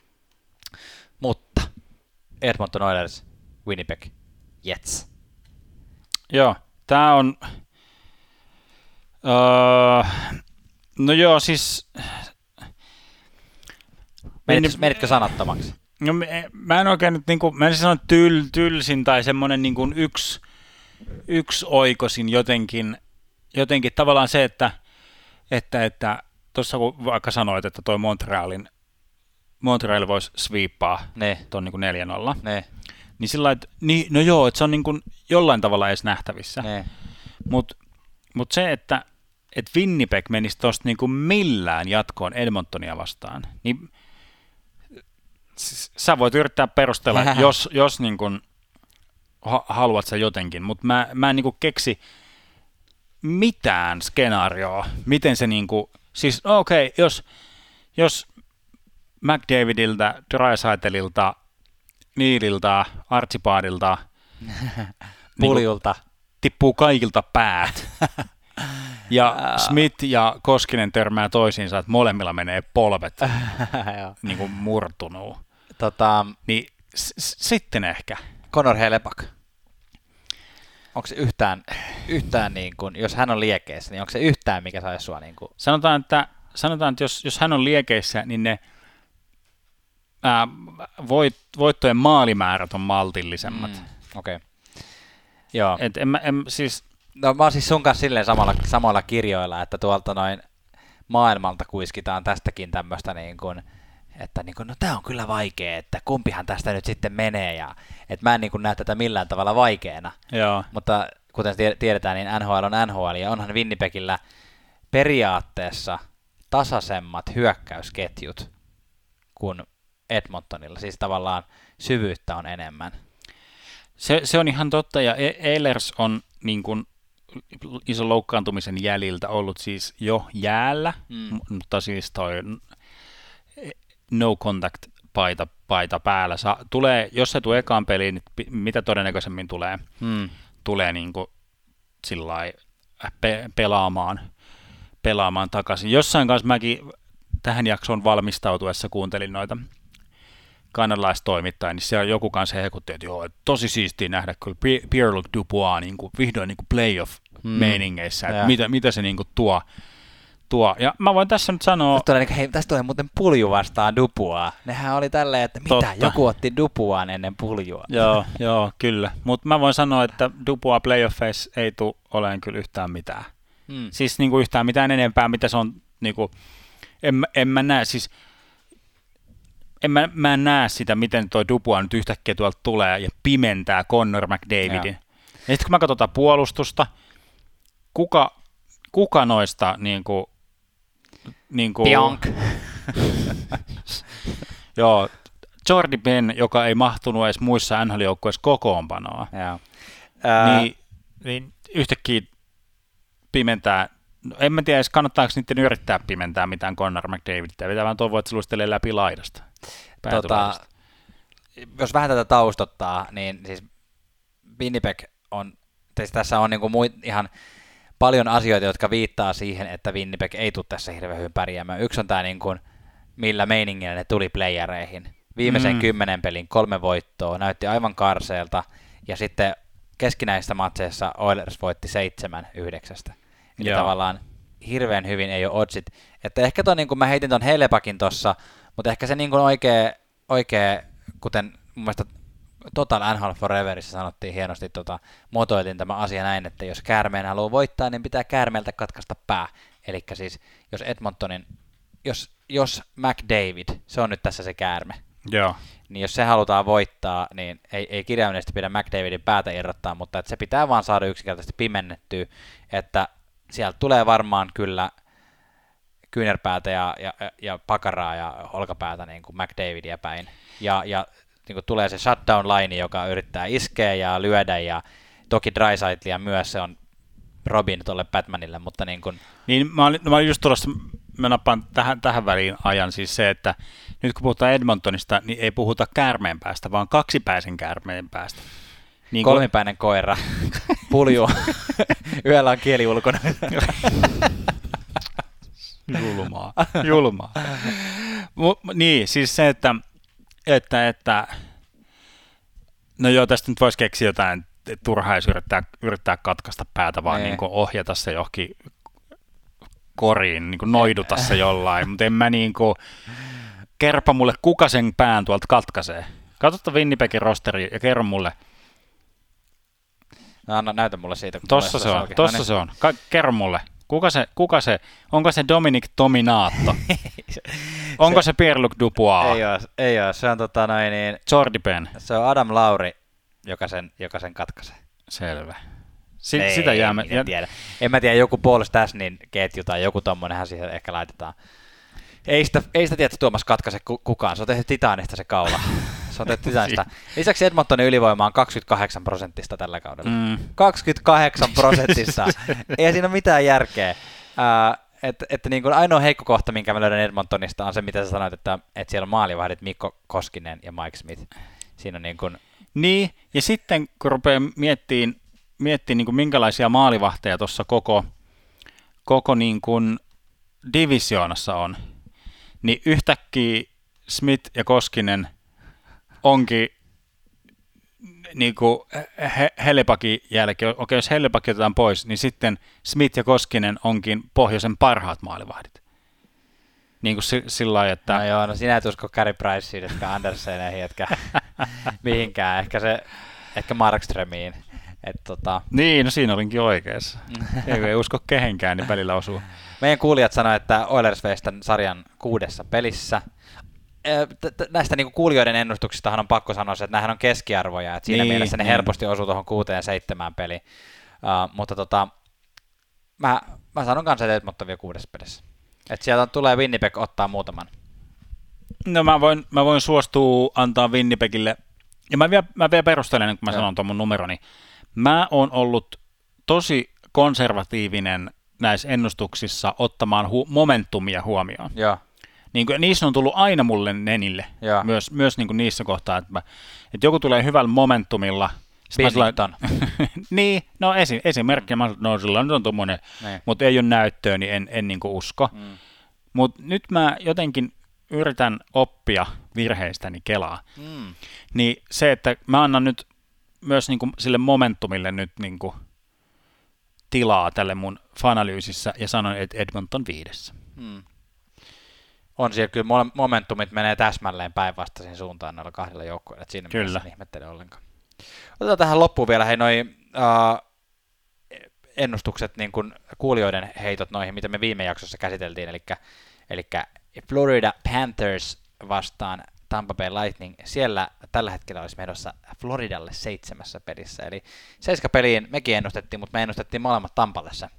Mutta Edmonton Oilers, Winnipeg Jets. Joo, tää on... Öö, no joo, siis... Menitkö, menitkö sanattomaksi? No, mä en oikein nyt, niin kuin, mä en sano tyl, tylsin tai semmoinen niin kuin yksi, yksi oikosin jotenkin, jotenkin tavallaan se, että että, että tuossa kun vaikka sanoit, että toi Montrealin, Montreal voisi sweepaa tuon niin neljä nolla, ne. niin sillä että niin, no joo, että se on niin kuin jollain tavalla edes nähtävissä, mutta mut se, että et Winnipeg menisi tuosta niin kuin millään jatkoon Edmontonia vastaan, niin sä voit yrittää perustella, jos, jos niin kun haluat sä jotenkin, mutta mä, mä en niin kun keksi mitään skenaarioa, miten se niin kun, siis okei, okay, jos, jos McDavidilta, Draisaitlilta, Nealilta, Archibaldilta, Puljulta niin tippuu kaikilta päät, ja Smith ja Koskinen törmää toisiinsa, että molemmilla menee polvet niin kuin murtunut. Tota, niin s- sitten ehkä. Connor Hellebuyck. Onko se yhtään, yhtään niin kuin, jos hän on liekeissä, niin onko se yhtään, mikä saisi sua niin kuin... Sanotaan, että, sanotaan, että jos, jos hän on liekeissä, niin ne ää, voit, voittojen maalimäärät on maltillisemmat. Mm, Okei. Okay. Joo. Et en, en, siis... No mä oon siis sun kanssa silleen samalla, samalla kirjoilla, että tuolta noin maailmalta kuiskitaan tästäkin tämmöistä niin kuin, että niin kuin, no tää on kyllä vaikea, että kumpihan tästä nyt sitten menee, ja että mä en niin kuin näe tätä millään tavalla vaikeana. Joo. Mutta kuten tiedetään, niin N H L on N H L, ja onhan Winnipegillä periaatteessa tasaisemmat hyökkäysketjut kuin Edmontonilla, siis tavallaan syvyyttä on enemmän. Se, se on ihan totta, ja Ehlers on niin kuin ison loukkaantumisen jäljiltä ollut siis jo jäällä, mm. mutta siis toi no contact paita, paita päällä. Sa, tulee, jos se tulee ekaan peliin, niin mitä todennäköisemmin tulee, mm. tulee niin kuin sillai pe, pelaamaan, pelaamaan takaisin. Jossain kanssa mäkin tähän jaksoon valmistautuessa kuuntelin noita kanadalaistoimittajia, niin siellä joku kanssa hekutti, että joo, tosi siistiä nähdä kyllä Pierre-Luc Dubois niin kuin vihdoin niin kuin playoff-meiningeissä, mm. että mitä, mitä se niin kuin tuo, tuo. Ja mä voin tässä nyt sanoa... Tästä tulee, hei, tästä tulee muuten Pulju vastaan Dubois. Nehän oli tälleen, että mitä, totta. Joku otti Duboisin ennen Puljua. Joo, joo, kyllä. Mutta mä voin sanoa, että Dubois playoffeissa ei tule olemaan kyllä yhtään mitään. Mm. Siis niin kuin yhtään mitään enempää, mitä se on, niin kuin, en, en mä näe, siis en mä, mä en näe sitä, miten toi Dubois nyt yhtäkkiä tuolta tulee ja pimentää Connor McDavidin. Ja, ja sitten kun mä katsotaan puolustusta, kuka, kuka noista niin kuin, niin kuin, Pionk. Joo, Jordi Benn, joka ei mahtunut edes muissa N H L-joukkueissa kokoonpanoa, niin, niin yhtäkkiä pimentää. No, en mä tiedä, kannattaako niiden yrittää pimentää mitään Connor McDavidia, pitää vaan toivoa, että se luistelee läpi laidasta. Tota, jos vähän tätä taustottaa, niin siis Winnipeg on, siis tässä on niinku muit, ihan paljon asioita, jotka viittaa siihen, että Winnipeg ei tule tässä hirveän hyvin pärjäämään. Yksi on tämä, niinku, millä meiningillä ne tuli playereihin. Viimeisen mm. kymmenen pelin kolme voittoa, näytti aivan karseelta, ja sitten keskinäisissä matseissa Oilers voitti seitsemän yhdeksästä. Eli tavallaan hirveän hyvin ei ole oddsit. Että ehkä ton, niin kuin mä heitin ton Hellebuyckin tossa, mutta ehkä se niin kuin oikea, oikea, kuten mun mielestä Total N H L Foreverissa sanottiin hienosti, tota, muotoiltiin tämä asia näin, että jos käärmeen haluaa voittaa, niin pitää käärmeeltä katkaista pää. Eli siis jos Edmontonin, jos, jos McDavid, se on nyt tässä se käärme, Joo. niin jos se halutaan voittaa, niin ei, ei kirjaimellisesti pidä McDavidin päätä irrottaa, mutta että se pitää vaan saada yksinkertaisesti pimennettyä, että sieltä tulee varmaan kyllä kyynärpäätä ja, ja, ja pakaraa ja olkapäätä niin kuin McDavidia päin. Ja, ja niin kuin tulee se shutdown-line, joka yrittää iskeä ja lyödä, ja toki Draisaitlia myös, se on Robin tuolle Batmanille, mutta niin kuin... Niin mä olin, mä olin just tulossa mä nappaan tähän, tähän väliin ajan siis se, että nyt kun puhutaan Edmontonista, niin ei puhuta käärmeen päästä, vaan kaksipäisen käärmeen päästä. Niin kolmipäinen kun... koira, pulju, yöllä on kieli ulkona. Julmaa, julmaa. M- niin, siis se, että, että, että no joo, tästä nyt voisi keksiä jotain turhaa, jos yrittää, yrittää katkaista päätä, vaan niin kuin ohjata se johonkin koriin, niin kuin noiduta se jollain, mutta en mä niin kuin, kerpa mulle, kuka sen pään tuolta katkaisee. Katso Winnipegin rosteri ja kerro mulle. No anna, näytä mulle siitä. Tossa se on, tossa no niin. se on. Ka- kerro mulle. Kuka se, kuka se, onko se Dominic Tominato? Onko se, se Pierre-Luc Dubois? Ei ole, ei ole. Se on tota noin niin... Jordi Penn. Se on Adam Lauri, joka sen, joka sen katkaisee. Selvä. Si- ei, sitä jäämme. En tiedä. En mä tiedä, joku Paul Stastnin ketju tai joku tommonenhan siihen ehkä laitetaan. Ei sitä, ei sitä tiedä, että Tuomas katkaise kukaan. Se on tehty titaanista se kaula. Se on tehty titaanista. Lisäksi Edmontonin ylivoima on kaksikymmentäkahdeksan prosenttista tällä kaudella. Mm. kaksikymmentäkahdeksan prosenttista. Ei siinä ole mitään järkeä. Äh, että et niin kuin ainoa heikko kohta, minkä mä löydän Edmontonista, on se, mitä sä sanoit, että, että siellä on maalivahdit Mikko Koskinen ja Mike Smith. Siinä on niin kuin... Niin, ja sitten kun rupeaa miettimään, miettimään niin kuin minkälaisia maalivahteja tuossa koko, koko niin kuin divisioonassa on, niin yhtäkkiä Smith ja Koskinen onkin niin kuin he, Helepakin jälkeen, okei jos Helepak otetaan pois, niin sitten Smith ja Koskinen onkin pohjoisen parhaat maalivahdit. Niin kuin si, sillä lailla, että... No joo, no sinä et usko Carey Priceen, etkä Anderseneihin, etkä mihinkään, ehkä se, ehkä Markströmiin. Et, tota... Niin, no siinä olinkin oikeassa. ei, ei usko kehenkään, niin välillä osuu. Meidän kuulijat sanoivat, että Oilers veisi tämän sarjan kuudessa pelissä. Näistä niin kuin kuulijoiden ennustuksistahan on pakko sanoa, että nämähän on keskiarvoja, että siinä niin, mielessä ne niin. helposti osuu tuohon kuuteen seitsemään peliin. Uh, mutta tota, mä, mä sanon kanssa, että Edmonton vie kuudessa pelissä. Että sieltä tulee Winnipeg ottaa muutaman. No mä voin, mä voin suostua antaa Winnipegille, ja mä vielä, mä vielä perustelen, kun mä Joo. sanon tuon mun numeroni. Mä oon ollut tosi konservatiivinen näissä ennustuksissa ottamaan hu- momentumia huomioon. Joo. Niin kuin, niissä on tullut aina mulle nenille, Joo. myös, myös niin kuin niissä kohtaa, että, mä, että joku tulee hyvällä momentumilla. Binnington. niin, no esi, esimerkki, mä sanon, no sillä on tuommoinen, mutta ei ole näyttöä, niin en, en niin kuin usko. Mm. Mutta nyt mä jotenkin yritän oppia virheistäni kelaa. Mm. Niin se, että mä annan nyt myös niin kuin sille momentumille nyt niin kuin tilaa tälle mun fanalyysissä ja sanon, että Edmonton viidessä. Mm. On siellä kyllä momentumit menee täsmälleen päinvastaisiin suuntaan noilla kahdella joukkueella, että siinä mielessä en ihmettele ollenkaan. Otetaan tähän loppuun vielä hei noi uh, ennustukset, niin kuin kuulijoiden heitot noihin, mitä me viime jaksossa käsiteltiin, eli, eli Florida Panthers vastaan Tampa Bay Lightning. Siellä tällä hetkellä olisi menossa Floridalle seitsemässä pelissä, eli seiska peliin mekin ennustettiin, mutta me ennustettiin molemmat Tampalle se.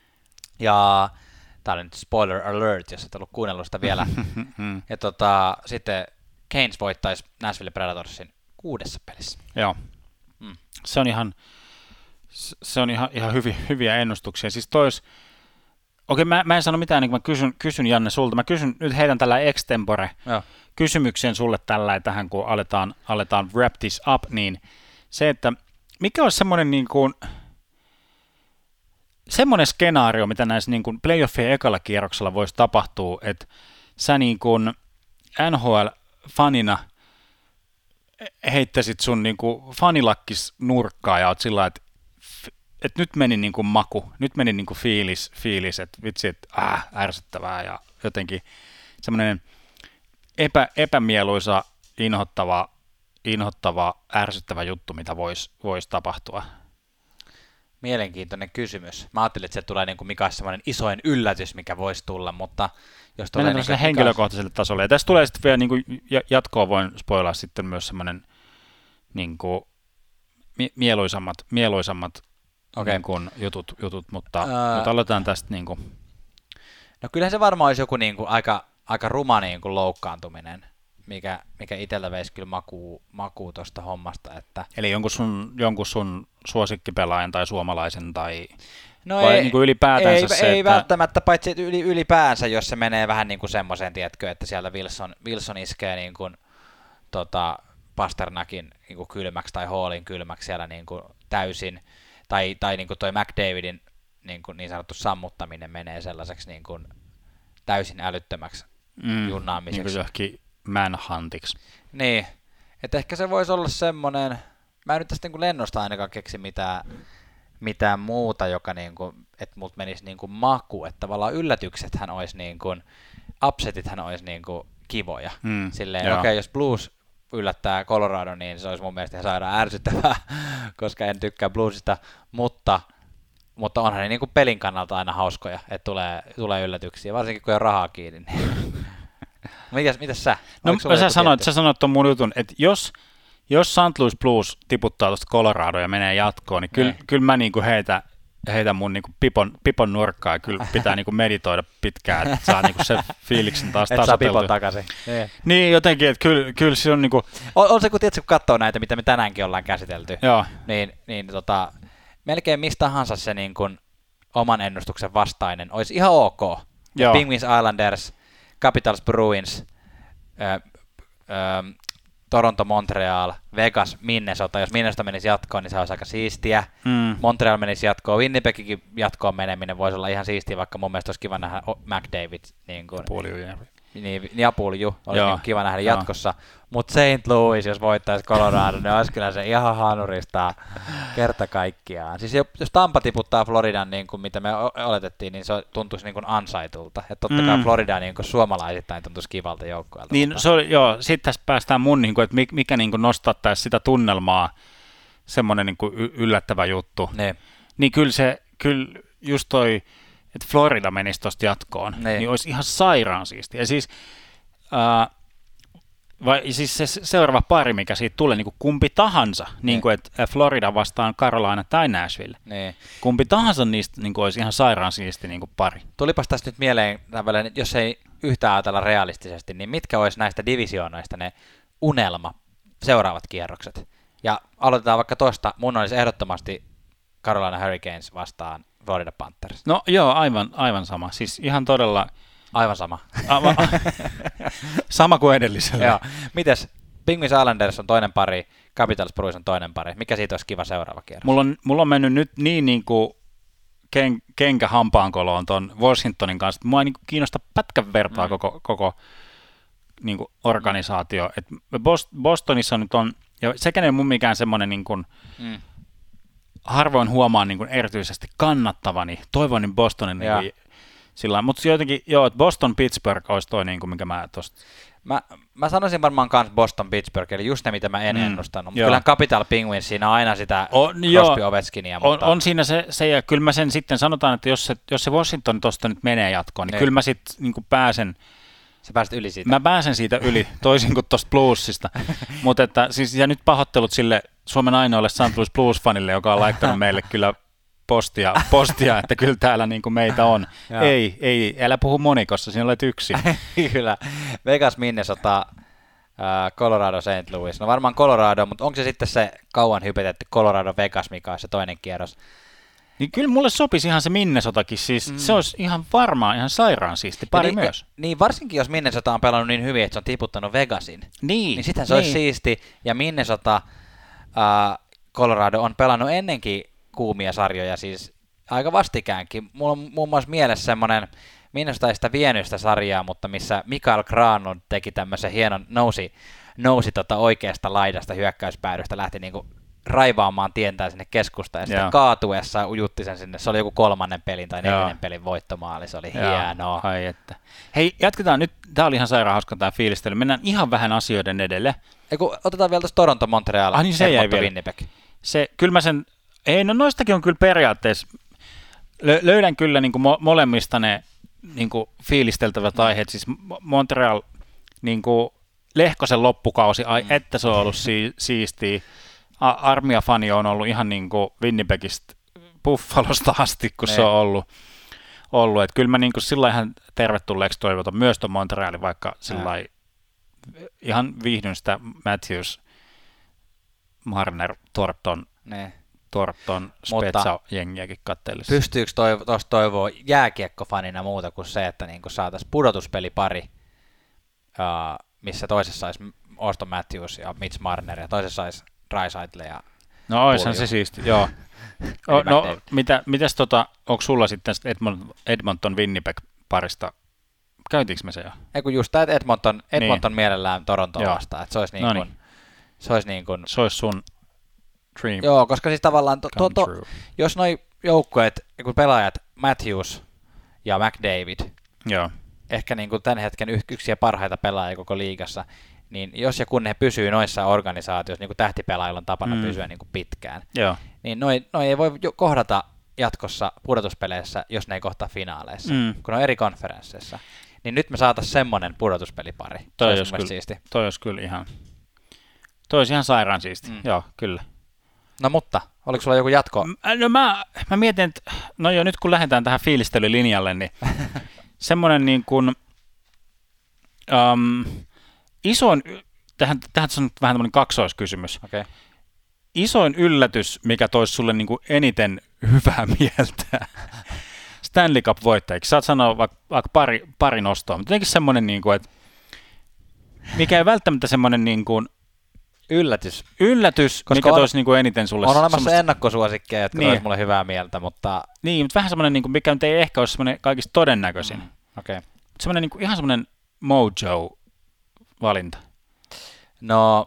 Ja tämä oli nyt spoiler alert, jos et ollut kuunnellut sitä vielä. ja tota, sitten Canes voittaisi Nashville Predatorsin kuudessa pelissä. Joo. Mm. Se on ihan, se on ihan, ihan hyviä, hyviä ennustuksia. Siis tois, okei, mä, mä en sano mitään, niin kun mä kysyn, kysyn Janne sulta. Mä kysyn, nyt heitän tällä extempore Joo. kysymyksen sulle tällä tähän, kun aletaan, aletaan wrap this up, niin se, että mikä olisi semmoinen niin kuin semmoinen skenaario, mitä näissä niin kuin playoffien ekalla kierroksella voisi tapahtua, että sä niin kuin N H L-fanina heittäisit sun niin kuin fanilakkis nurkkaa ja oot sillä että, että nyt meni niin kuin maku, nyt meni niin kuin fiilis, fiilis että vitsi, että äh, ärsyttävää ja jotenkin semmoinen epä, epämieluisa, inhottava, inhottava, ärsyttävä juttu, mitä voisi vois tapahtua. Mielenkiintoinen kysymys. Mä ajattelin, että se tulee niin kuin mikä olisi semmoinen isoin yllätys, mikä voisi tulla, mutta jos tulee mennään niin henkilökohtaiselle mikä... tasolle. Ja tässä tulee sitten vielä niin kuin jatkoa, voin spoilaa sitten myös semmoinen niin kuin mieluisammat, mieluisammat okay. niin kuin jutut, jutut, mutta, uh... mutta aloitetaan tästä. Niin kuin. No kyllähän se varmaan olisi joku niin kuin aika, aika ruma niin kuin loukkaantuminen. mikä, mikä itsellä veisi kyllä makuu, makuu tuosta hommasta. Että Eli jonkun sun, jonkun sun suosikkipelaajan tai suomalaisen tai no vai ei, niin kuin ylipäätänsä ei, se, ei että välttämättä, paitsi yli, ylipäänsä, jos se menee vähän niin kuin semmoiseen, tiedätkö, että siellä Wilson, Wilson iskee niin kuin, tota, Pasternakin niin kuin kylmäksi tai Hallin kylmäksi siellä niin kuin täysin, tai, tai niin kuin toi McDavidin niin, kuin niin sanottu sammuttaminen menee sellaiseksi niin kuin täysin älyttömäksi mm, junnaamiseksi. niin kuin johonkin manhuntiksi. Niin, että ehkä se voisi olla semmoinen, mä en nyt tästä niin kuin lennosta ainakaan keksi mitään, mitään muuta, joka niin kuin, että multa menisi niin kuin maku, että tavallaan yllätyksethän olisi niin kuin, upsetithän olisi niin kuin kivoja. Mm, Silleen, joo. okei, okay, jos Blues yllättää Colorado, niin se olisi mun mielestä ihan sairaan ärsyttävää, koska en tykkää Bluesista, mutta, mutta onhan ne niin kuin pelin kannalta aina hauskoja, että tulee, tulee yllätyksiä, varsinkin kun on rahaa kiinni. Niin. mitäs, mitäs sä? No Oliko sulla sä joku sanoit, tietty? sä sanoit ton mun jutun, että jos, jos Saint Louis Blues tiputtaa tuosta Colorado ja menee jatkoon, niin kyllä, Niin. kyllä mä niinku heitä, heitä mun niinku pipon, pipon nurkkaa ja kyllä pitää niinku meditoida pitkään, että saa niinku sen fiiliksen taas Et saa pipon tasoteltua. takaisin. Niin. Niin jotenkin, että kyllä, kyllä se on niinku, On, on se, kun, tiedätkö, kun katsoo näitä, mitä me tänäänkin ollaan käsitelty, joo, niin, niin tota, melkein mistä tahansa se niin kuin oman ennustuksen vastainen olisi ihan ok. Joo. Penguins Islanders, Capitals Bruins, ö, ö, Toronto Montreal, Vegas Minnesota. Jos Minnesota menisi jatkoon, niin se olisi aika siistiä. mm, Montreal menisi jatkoon, Winnipegikin jatkoon meneminen voisi olla ihan siistiä, vaikka mun mielestä olisi kiva nähdä o- McDavid niin kuin, puolijujärvi. niin, ja Pulju, olisi Joo, niin kiva nähdä joo. jatkossa. Mutta Saint Louis, jos voittaisi Colorado, niin olisi kyllä se ihan hanurista kerta kaikkiaan. Siis jos Tampa tiputtaa Floridan, niin kuin mitä me o- oletettiin, niin se tuntuisi niin kuin ansaitulta. Että totta kai Mm. Florida niin kuin suomalaisittain tuntuisi kivalta joukkueelta. Niin mutta- se oli, joo, sitten tässä päästään mun, niinku, että mikä, mikä niinku nostattaisi sitä tunnelmaa, semmoinen niinku y- yllättävä juttu. Niin. Niin kyllä se, kyllä just toi, että Florida menisi tuosta jatkoon, Niin. niin. niin olisi ihan sairaan siisti. Ja siis, ää, vai, siis se seuraava pari, mikä siitä tulee, niin kuin kumpi tahansa, niin. niin kuin, että Florida vastaan Carolina tai Nashville. Niin. Kumpi tahansa niistä niin kuin olisi ihan sairaan siisti niin kuin pari. Tulipas tästä nyt mieleen, tämmöinen, jos ei yhtään ajatella realistisesti, niin mitkä olisi näistä divisioonoista ne unelma seuraavat kierrokset? Ja aloitetaan vaikka tosta, mun olisi ehdottomasti Carolina Hurricanes vastaan Florida Panthers. No joo, aivan, aivan sama. Siis ihan todella Aivan sama. aivan, sama kuin edellisellä. Joo. Mites? Penguins Islanders on toinen pari, Capitals Bruins on toinen pari. Mikä siitä olisi kiva seuraava kierros? Mulla on, mulla on mennyt nyt niin, niin kuin ken, kenkä hampaankoloon ton Washingtonin kanssa, että mua ei niin kuin kiinnosta pätkän vertaa Mm. koko, koko niin kuin organisaatio. Et Bostonissa nyt on, ja sekään ei ole mun mikään semmoinen, niin kuin, Mm. harvoin huomaan niin kuin erityisesti kannattavani, toivon niin Bostonin, niin kuin, sillä mutta jotenkin, joo, että Boston-Pittsburgh olisi toi, niin kuin, mikä mä tosta. Mä, mä sanoisin varmaan kans Boston Pittsburgh, eli just ne, mitä mä en Mm, ennustanut. Mutta joo. kyllähän Capital Penguins, siinä on aina sitä On, joo. Crosby Ovechkinia. On, Mutta on siinä se, se, ja kyllä mä sen sitten sanotaan, että jos se, jos se Washington tuosta nyt menee jatkoon, niin Niin. kyllä mä sitten niin kuin pääsen, sä pääset yli siitä. mä pääsen siitä yli, toisin kuin tuosta Bluesista. Mutta että, siis, ja nyt pahoittelut sille Suomen ainoalle Saint Louis Blues-fanille, joka on laittanut meille kyllä postia, postia että kyllä täällä niin kuin meitä on. Joo. Ei, ei, älä puhu monikossa, sinä olet yksin. Kyllä. Vegas, Minnesota, äh, Colorado, Saint Louis. No varmaan Colorado, mutta onko se sitten se kauan hypetetty Colorado, Vegas, mikä on se toinen kierros? Niin kyllä mulle sopisi ihan se Minnesotakin, siis mm. se olisi ihan varmaan ihan sairaan siisti pari niin, myös. Niin, varsinkin jos Minnesota on pelannut niin hyvin, että se on tiputtanut Vegasin. Niin, Niin sitten se niin. olisi siisti. Ja Minnesota, äh, Colorado on pelannut ennenkin kuumia sarjoja, siis aika vastikäänkin. Mulla on muun muassa mielessä semmoinen, Minnesota ei sitä vienyt sitä sarjaa, mutta missä Mikael Granlund teki tämmöisen hienon, nousi, nousi tota oikeasta laidasta hyökkäyspäädystä, lähti niinku raivaamaan tientää sinne keskustaan ja sitten Joo. kaatuessa ujutti sen sinne. Se oli joku kolmannen pelin tai neljännen Joo. pelin voittomaali, se oli Joo, hienoa. ai että. Hei, jatketaan nyt. Tämä oli ihan sairaan hauska tämä fiilistely. Mennään ihan vähän asioiden edelle. Eiku, otetaan vielä tuossa Toronto, Montreal, Ah, niin se jäi Edmonton, vielä. Winnipeg. Se, kyllä mä sen, ei no noistakin on kyllä periaatteessa, lö, löydän kyllä niin kuin mo, molemmista ne niin kuin fiilisteltävät aiheet. Siis Mo- Montreal, niin kuin Lehkosen loppukausi, ai Mm. että se on ollut si, siistiä. A- Armia-fani on ollut ihan niin kuin Winnipegistä Buffalosta asti, kun Ne. se on ollut. ollut. Et kyllä mä niin kuin sillä ihan tervetulleeksi toivotan myös tuon Montrealin, vaikka sillä ihan viihdyn sitä Matthews, Marner, Thornton, Ne. Thornton, Spezza-jengiäkin katsellessa. Pystyykö tuosta toivo, toivoa jääkiekkofanina muuta kuin se, että niinku saataisiin pudotuspelipari, uh, missä toisessa olisi Auston Matthews ja Mitch Marner ja toisessa olisi Draisaitl ja No oishan se siisti, joo. o, no, mitä, mitäs tota, onko sulla sitten Edmonton, Edmonton Winnipeg parista, käytiinkö me se jo? Ei kun just tämä, että Edmonton, Edmonton niin. mielellään Torontoa vastaan, että se olisi niin kuin, Noniin. se olisi niin kuin, se olisi sun dream. Joo, koska siis tavallaan, to, to, to, jos noi joukkueet, kun pelaajat Matthews ja McDavid, joo. ehkä niin kuin tämän hetken yksiä parhaita pelaajia koko liigassa, niin jos ja kun he pysyy noissa organisaatioissa, niin kuin tähtipelaajilla on tapana mm. pysyä niin kuin pitkään, joo. niin noi, noi ei voi kohdata jatkossa pudotuspeleissä, jos ne ei kohtaa finaaleissa, mm. kun on eri konferensseissa. Niin nyt me saataisiin semmoinen pudotuspelipari. Toi olisi kyllä, siisti. Toi olisi kyllä ihan, toi olisi ihan sairaan siisti, mm. joo, kyllä. No mutta, oliko sulla joku jatko? No mä, mä mietin, että no joo, nyt kun lähdetään tähän fiilistelylinjalle, niin semmoinen niin kuin um, isoin, tähän, tähän on vähän tämmöinen kaksoiskysymys. Okay. Isoin yllätys, mikä toisi sulle niin kuin eniten hyvää mieltä Stanley Cup-voittajiksi. Saat sanoa vaikka, vaikka pari, pari nostoa, mutta jotenkin semmoinen, niin kuin, että mikä ei välttämättä semmoinen niin kuin yllätys, yllätys mikä on, toisi niin kuin eniten sulle. On olemassa semmoista ennakkosuosikkeja, jotka niin. toisi mulle hyvää mieltä, mutta niin, mutta vähän semmoinen, niin kuin, mikä nyt ei ehkä ole semmoinen kaikista todennäköisin. Mm, okay. Semmoinen niin kuin, ihan semmoinen mojo-valinta. No,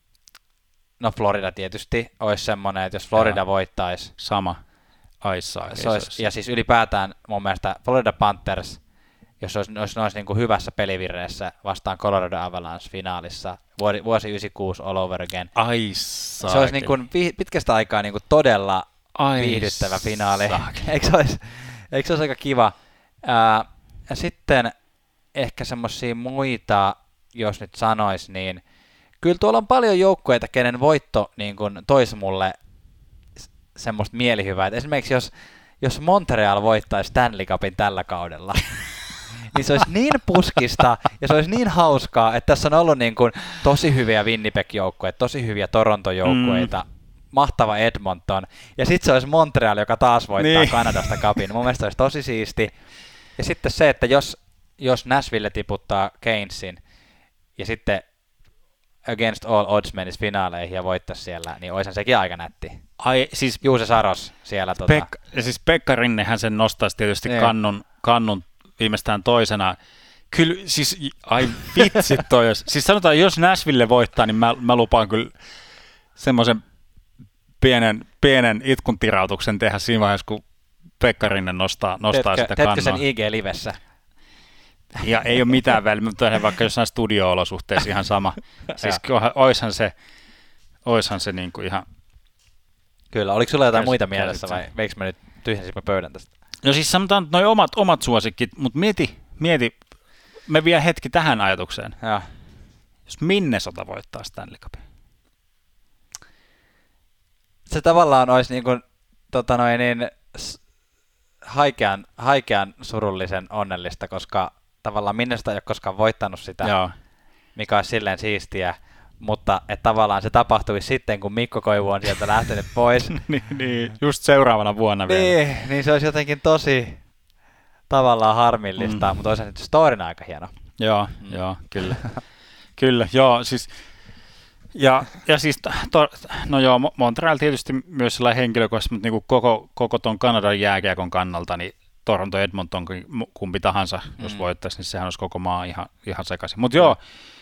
no Florida tietysti olisi semmoinen, että jos Florida ja voittaisi. Sama. Aissa. Se olisi, ja siis ylipäätään mun mielestä Florida Panthers, jos olisi, olisi, olisi niin kuin hyvässä pelivireessä vastaan Colorado Avalanche finaalissa, vuosi, vuosi yhdeksänkymmentäkuusi all over again. Ai se olisi niin kuin pitkästä aikaa niin kuin todella Ai viihdyttävä finaali. Eikö se olisi, eikö se olisi aika kiva? Ää, ja sitten ehkä semmoisia muita, jos nyt sanois, niin kyllä tuolla on paljon joukkueita, kenen voitto niin kuin toisi mulle semmoista mielihyvää. Et esimerkiksi jos, jos Montreal voittaisi Stanley Cupin tällä kaudella, niin se olisi niin puskista ja se olisi niin hauskaa, että tässä on ollut niin kuin tosi hyviä Winnipeg-joukkueita, tosi hyviä Toronto-joukkueita, mm. mahtava Edmonton, ja sitten se olisi Montreal, joka taas voittaa niin. Kanadasta Cupin. Mun mielestä se olisi tosi siisti. Ja sitten se, että jos, jos Nashville tiputtaa Canesin, ja sitten against all odds menisi finaaleihin ja voittaisi siellä, niin olisihan sekin aika nätti. Ai, siis Juuse Saros siellä. Tota. Pekka, siis Pekka Rinnehän sen nostaisi tietysti kannun, kannun viimeistään toisena. Kyllä, siis, ai vitsi toi, jos, siis sanotaan, jos Nashville voittaa, niin mä, mä lupaan kyllä semmoisen pienen, pienen itkun tirautuksen tehdä siinä vaiheessa, kun Pekka Rinne nostaa, nostaa teetkö, sitä kannua. Teetkö sen I G-livessä? Ja ei ole mitään väliä, mutta tehdään vaikka jossain studio-olosuhteessa ihan sama. Siis oishan se, oishan se niin kuin ihan. Kyllä, oliko sulla jotain muita mielessä vai veikö mä nyt tyhjensimme pöydän tästä? No siis sanotaan noi omat, omat suosikit, mutta mieti, mieti, me vielä hetki tähän ajatukseen. Ja. Jos Minnesota voittaa Stanley Cupin. Se tavallaan olisi niin kuin, tota noin, niin, haikean, haikean surullisen onnellista, koska tavallaan Minnesota ei ole koskaan voittanut sitä, Joo. mikä olisi silleen siistiä, mutta että tavallaan se tapahtuisi sitten, kun Mikko Koivu on sieltä lähtenyt pois. niin, niin, just seuraavana vuonna niin, vielä. Niin se olisi jotenkin tosi tavallaan harmillista, mm. mutta olisi nyt storina aika hieno. Joo, mm. joo, kyllä. kyllä, joo, siis ja, ja siis, to, no joo, Montreal tietysti myös sellainen henkilökohtaisesti, mutta niin koko, koko ton Kanadan jääkiekon kannalta, niin Toronto, Edmonton, kumpi tahansa, mm. jos voittaisi, niin sehän olisi koko maa ihan, ihan sekaisin. Mutta joo,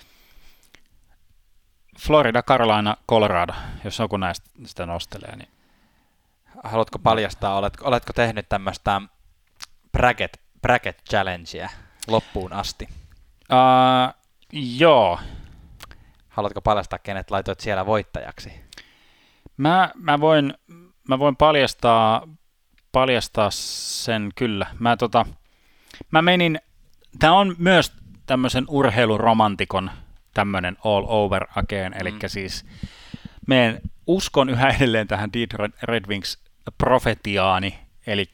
Florida, Carolina, Colorado, jos joku näistä sitä nostelee. Niin. Haluatko paljastaa, oletko, oletko tehnyt tämmöistä bracket, bracket challengea loppuun asti? Uh, joo. Haluatko paljastaa, kenet laitoit siellä voittajaksi? Mä, mä, voin, mä voin paljastaa, paljastaa sen kyllä. Mä, tota, mä menin, tää on myös tämmöisen urheiluromantikon tämmöinen all over again, eli mm. siis meidän uskon yhä edelleen tähän Detroit Red Wings profetiaani, eli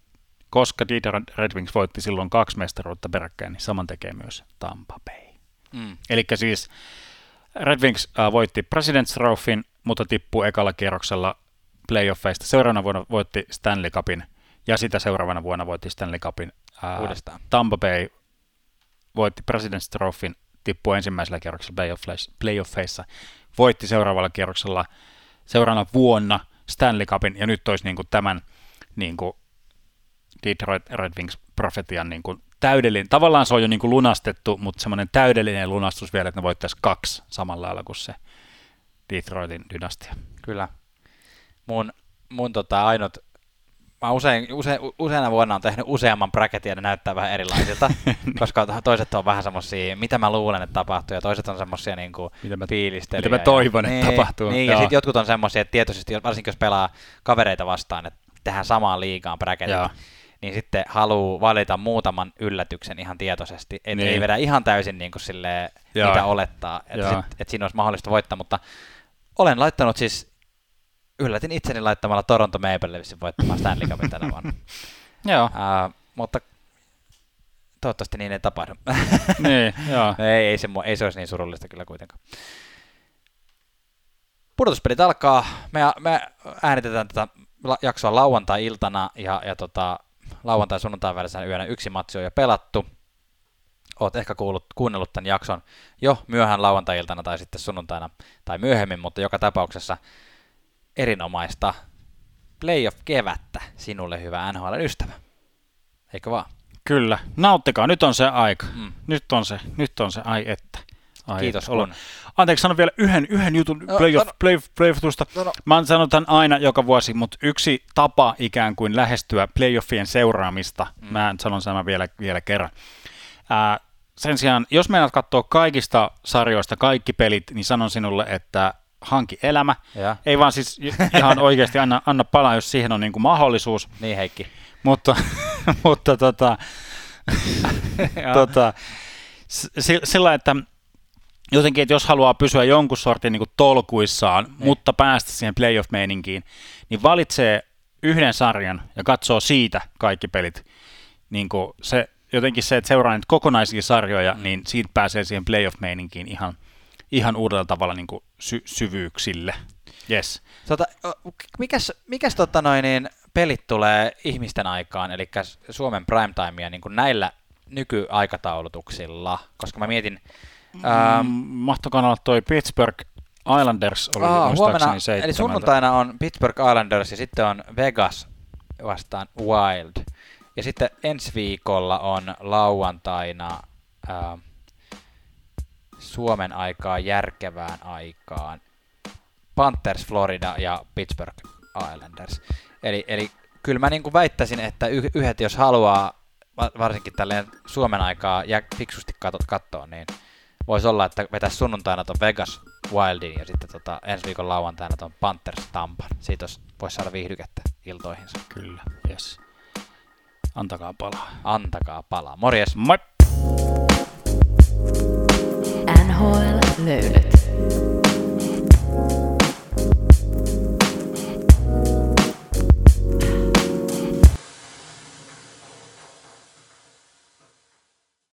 koska Detroit Red Wings voitti silloin kaksi mestaruutta peräkkäin, niin saman tekee myös Tampa Bay. Mm. Eli siis Red Wings äh, voitti President's Trophyn, mutta tippui ekalla kierroksella playoffeista. Seuraavana vuonna voitti Stanley Cupin, ja sitä seuraavana vuonna voitti Stanley Cupin. Äh, Uudestaan. Tampa Bay voitti President's Trophyn, tippui ensimmäisellä kierroksella playoffeissa, voitti seuraavalla kierroksella seuraavana vuonna Stanley Cupin, ja nyt olisi niin kuin tämän niin kuin Detroit Red Wings profetian niin kuin täydellinen, tavallaan se on jo niin kuin lunastettu, mutta semmoinen täydellinen lunastus vielä, että ne voittaisi kaksi samalla lailla kuin se Detroitin dynastia. Kyllä. Mun, mun tota ainut, mä usein, use, useina vuonna on tehnyt useamman bracketin ja ne näyttää vähän erilaisilta, koska toiset on vähän semmosia, mitä mä luulen, että tapahtuu, ja toiset on semmosia niinku fiilistelyjä. Mitä mä toivon, että niin, tapahtuu. Niin, ja, ja sitten jotkut on semmosia, että tietoisesti, varsinkin jos pelaa kavereita vastaan, että tehdään samaan liigaan bracketit, niin sitten haluaa valita muutaman yllätyksen ihan tietoisesti, että niin. Ei vedä ihan täysin niin kuin silleen, mitä olettaa, että, sit, että siinä olisi mahdollista voittaa, mutta olen laittanut siis, yllätin itseni laittamalla Toronto Maple Leafsin voittamaan Stanley Cupin tänä vuonna. Joo. Uh, mutta toivottavasti niin ei tapahdu. niin, joo. ei, ei, se, ei se olisi niin surullista kyllä kuitenkaan. Pudotuspelit alkaa, me, me äänitetään tätä jaksoa lauantai-iltana ja, ja tota, lauantai- ja sunnuntain välisenä yönä yksi matsi on jo pelattu. Oot ehkä kuullut, kuunnellut tämän jakson jo myöhään lauantai-iltana tai sitten sunnuntaina tai myöhemmin, mutta joka tapauksessa erinomaista playoff-kevättä sinulle, hyvä N H L-ystävä. Eikö vaan? Kyllä. Nauttikaa, nyt on se aika. Mm. Nyt on se, nyt on se, ai että. Ai Kiitos että. kun. Anteeksi, sanon vielä yhden, yhden jutun no, playoff, no, playoff, playoff-tusta. No, no. Mä sanon tämän aina joka vuosi, mutta yksi tapa ikään kuin lähestyä playoffien seuraamista, mm. mä sanon tämän vielä, vielä kerran. Ää, sen sijaan, jos meinaat katsoa kaikista sarjoista kaikki pelit, niin sanon sinulle, että hanki elämä. Ja. Ei vaan siis ihan oikeasti anna, anna palaa, jos siihen on niin kuin mahdollisuus. Niin Heikki. Mutta, mutta tota, tota, sillä, että jotenkin, että jos haluaa pysyä jonkun sortin niin kuin tolkuissaan, niin. mutta päästä siihen playoff-meininkiin, niin valitsee yhden sarjan ja katsoo siitä kaikki pelit. Niin kuin se, jotenkin se, että seuraa niitä kokonaisia sarjoja, mm. niin siitä pääsee siihen playoff-meininkiin ihan, ihan uudella tavalla niin kuin sy- syvyyksille. Yes. Tota, mikäs mikäs tota noin, niin pelit tulee ihmisten aikaan, eli Suomen primetimea niin kuin näillä nykyaikataulutuksilla, koska mä mietin, Ähm, Mahtokaan olla toi Pittsburgh Islanders oli aa, muistaakseni huomenna, seitsemältä. eli sunnuntaina on Pittsburgh Islanders ja sitten on Vegas vastaan Wild. Ja sitten ensi viikolla on lauantaina äh, Suomen aikaa järkevään aikaan Panthers Florida ja Pittsburgh Islanders. Eli, eli kyllä mä niin kuin väittäisin, että y- yhdet jos haluaa varsinkin tälleen Suomen aikaa ja fiksusti katsoa, niin voisi olla, että vetäisi sunnuntaina ton Vegas Wildin ja sitten tota ensi viikon lauantaina ton Panthers Tampan. Siitä voisi saada viihdykettä iltoihinsa. Kyllä, yes. Antakaa palaa. Antakaa palaa. Morjes. Moi! N H L löydät.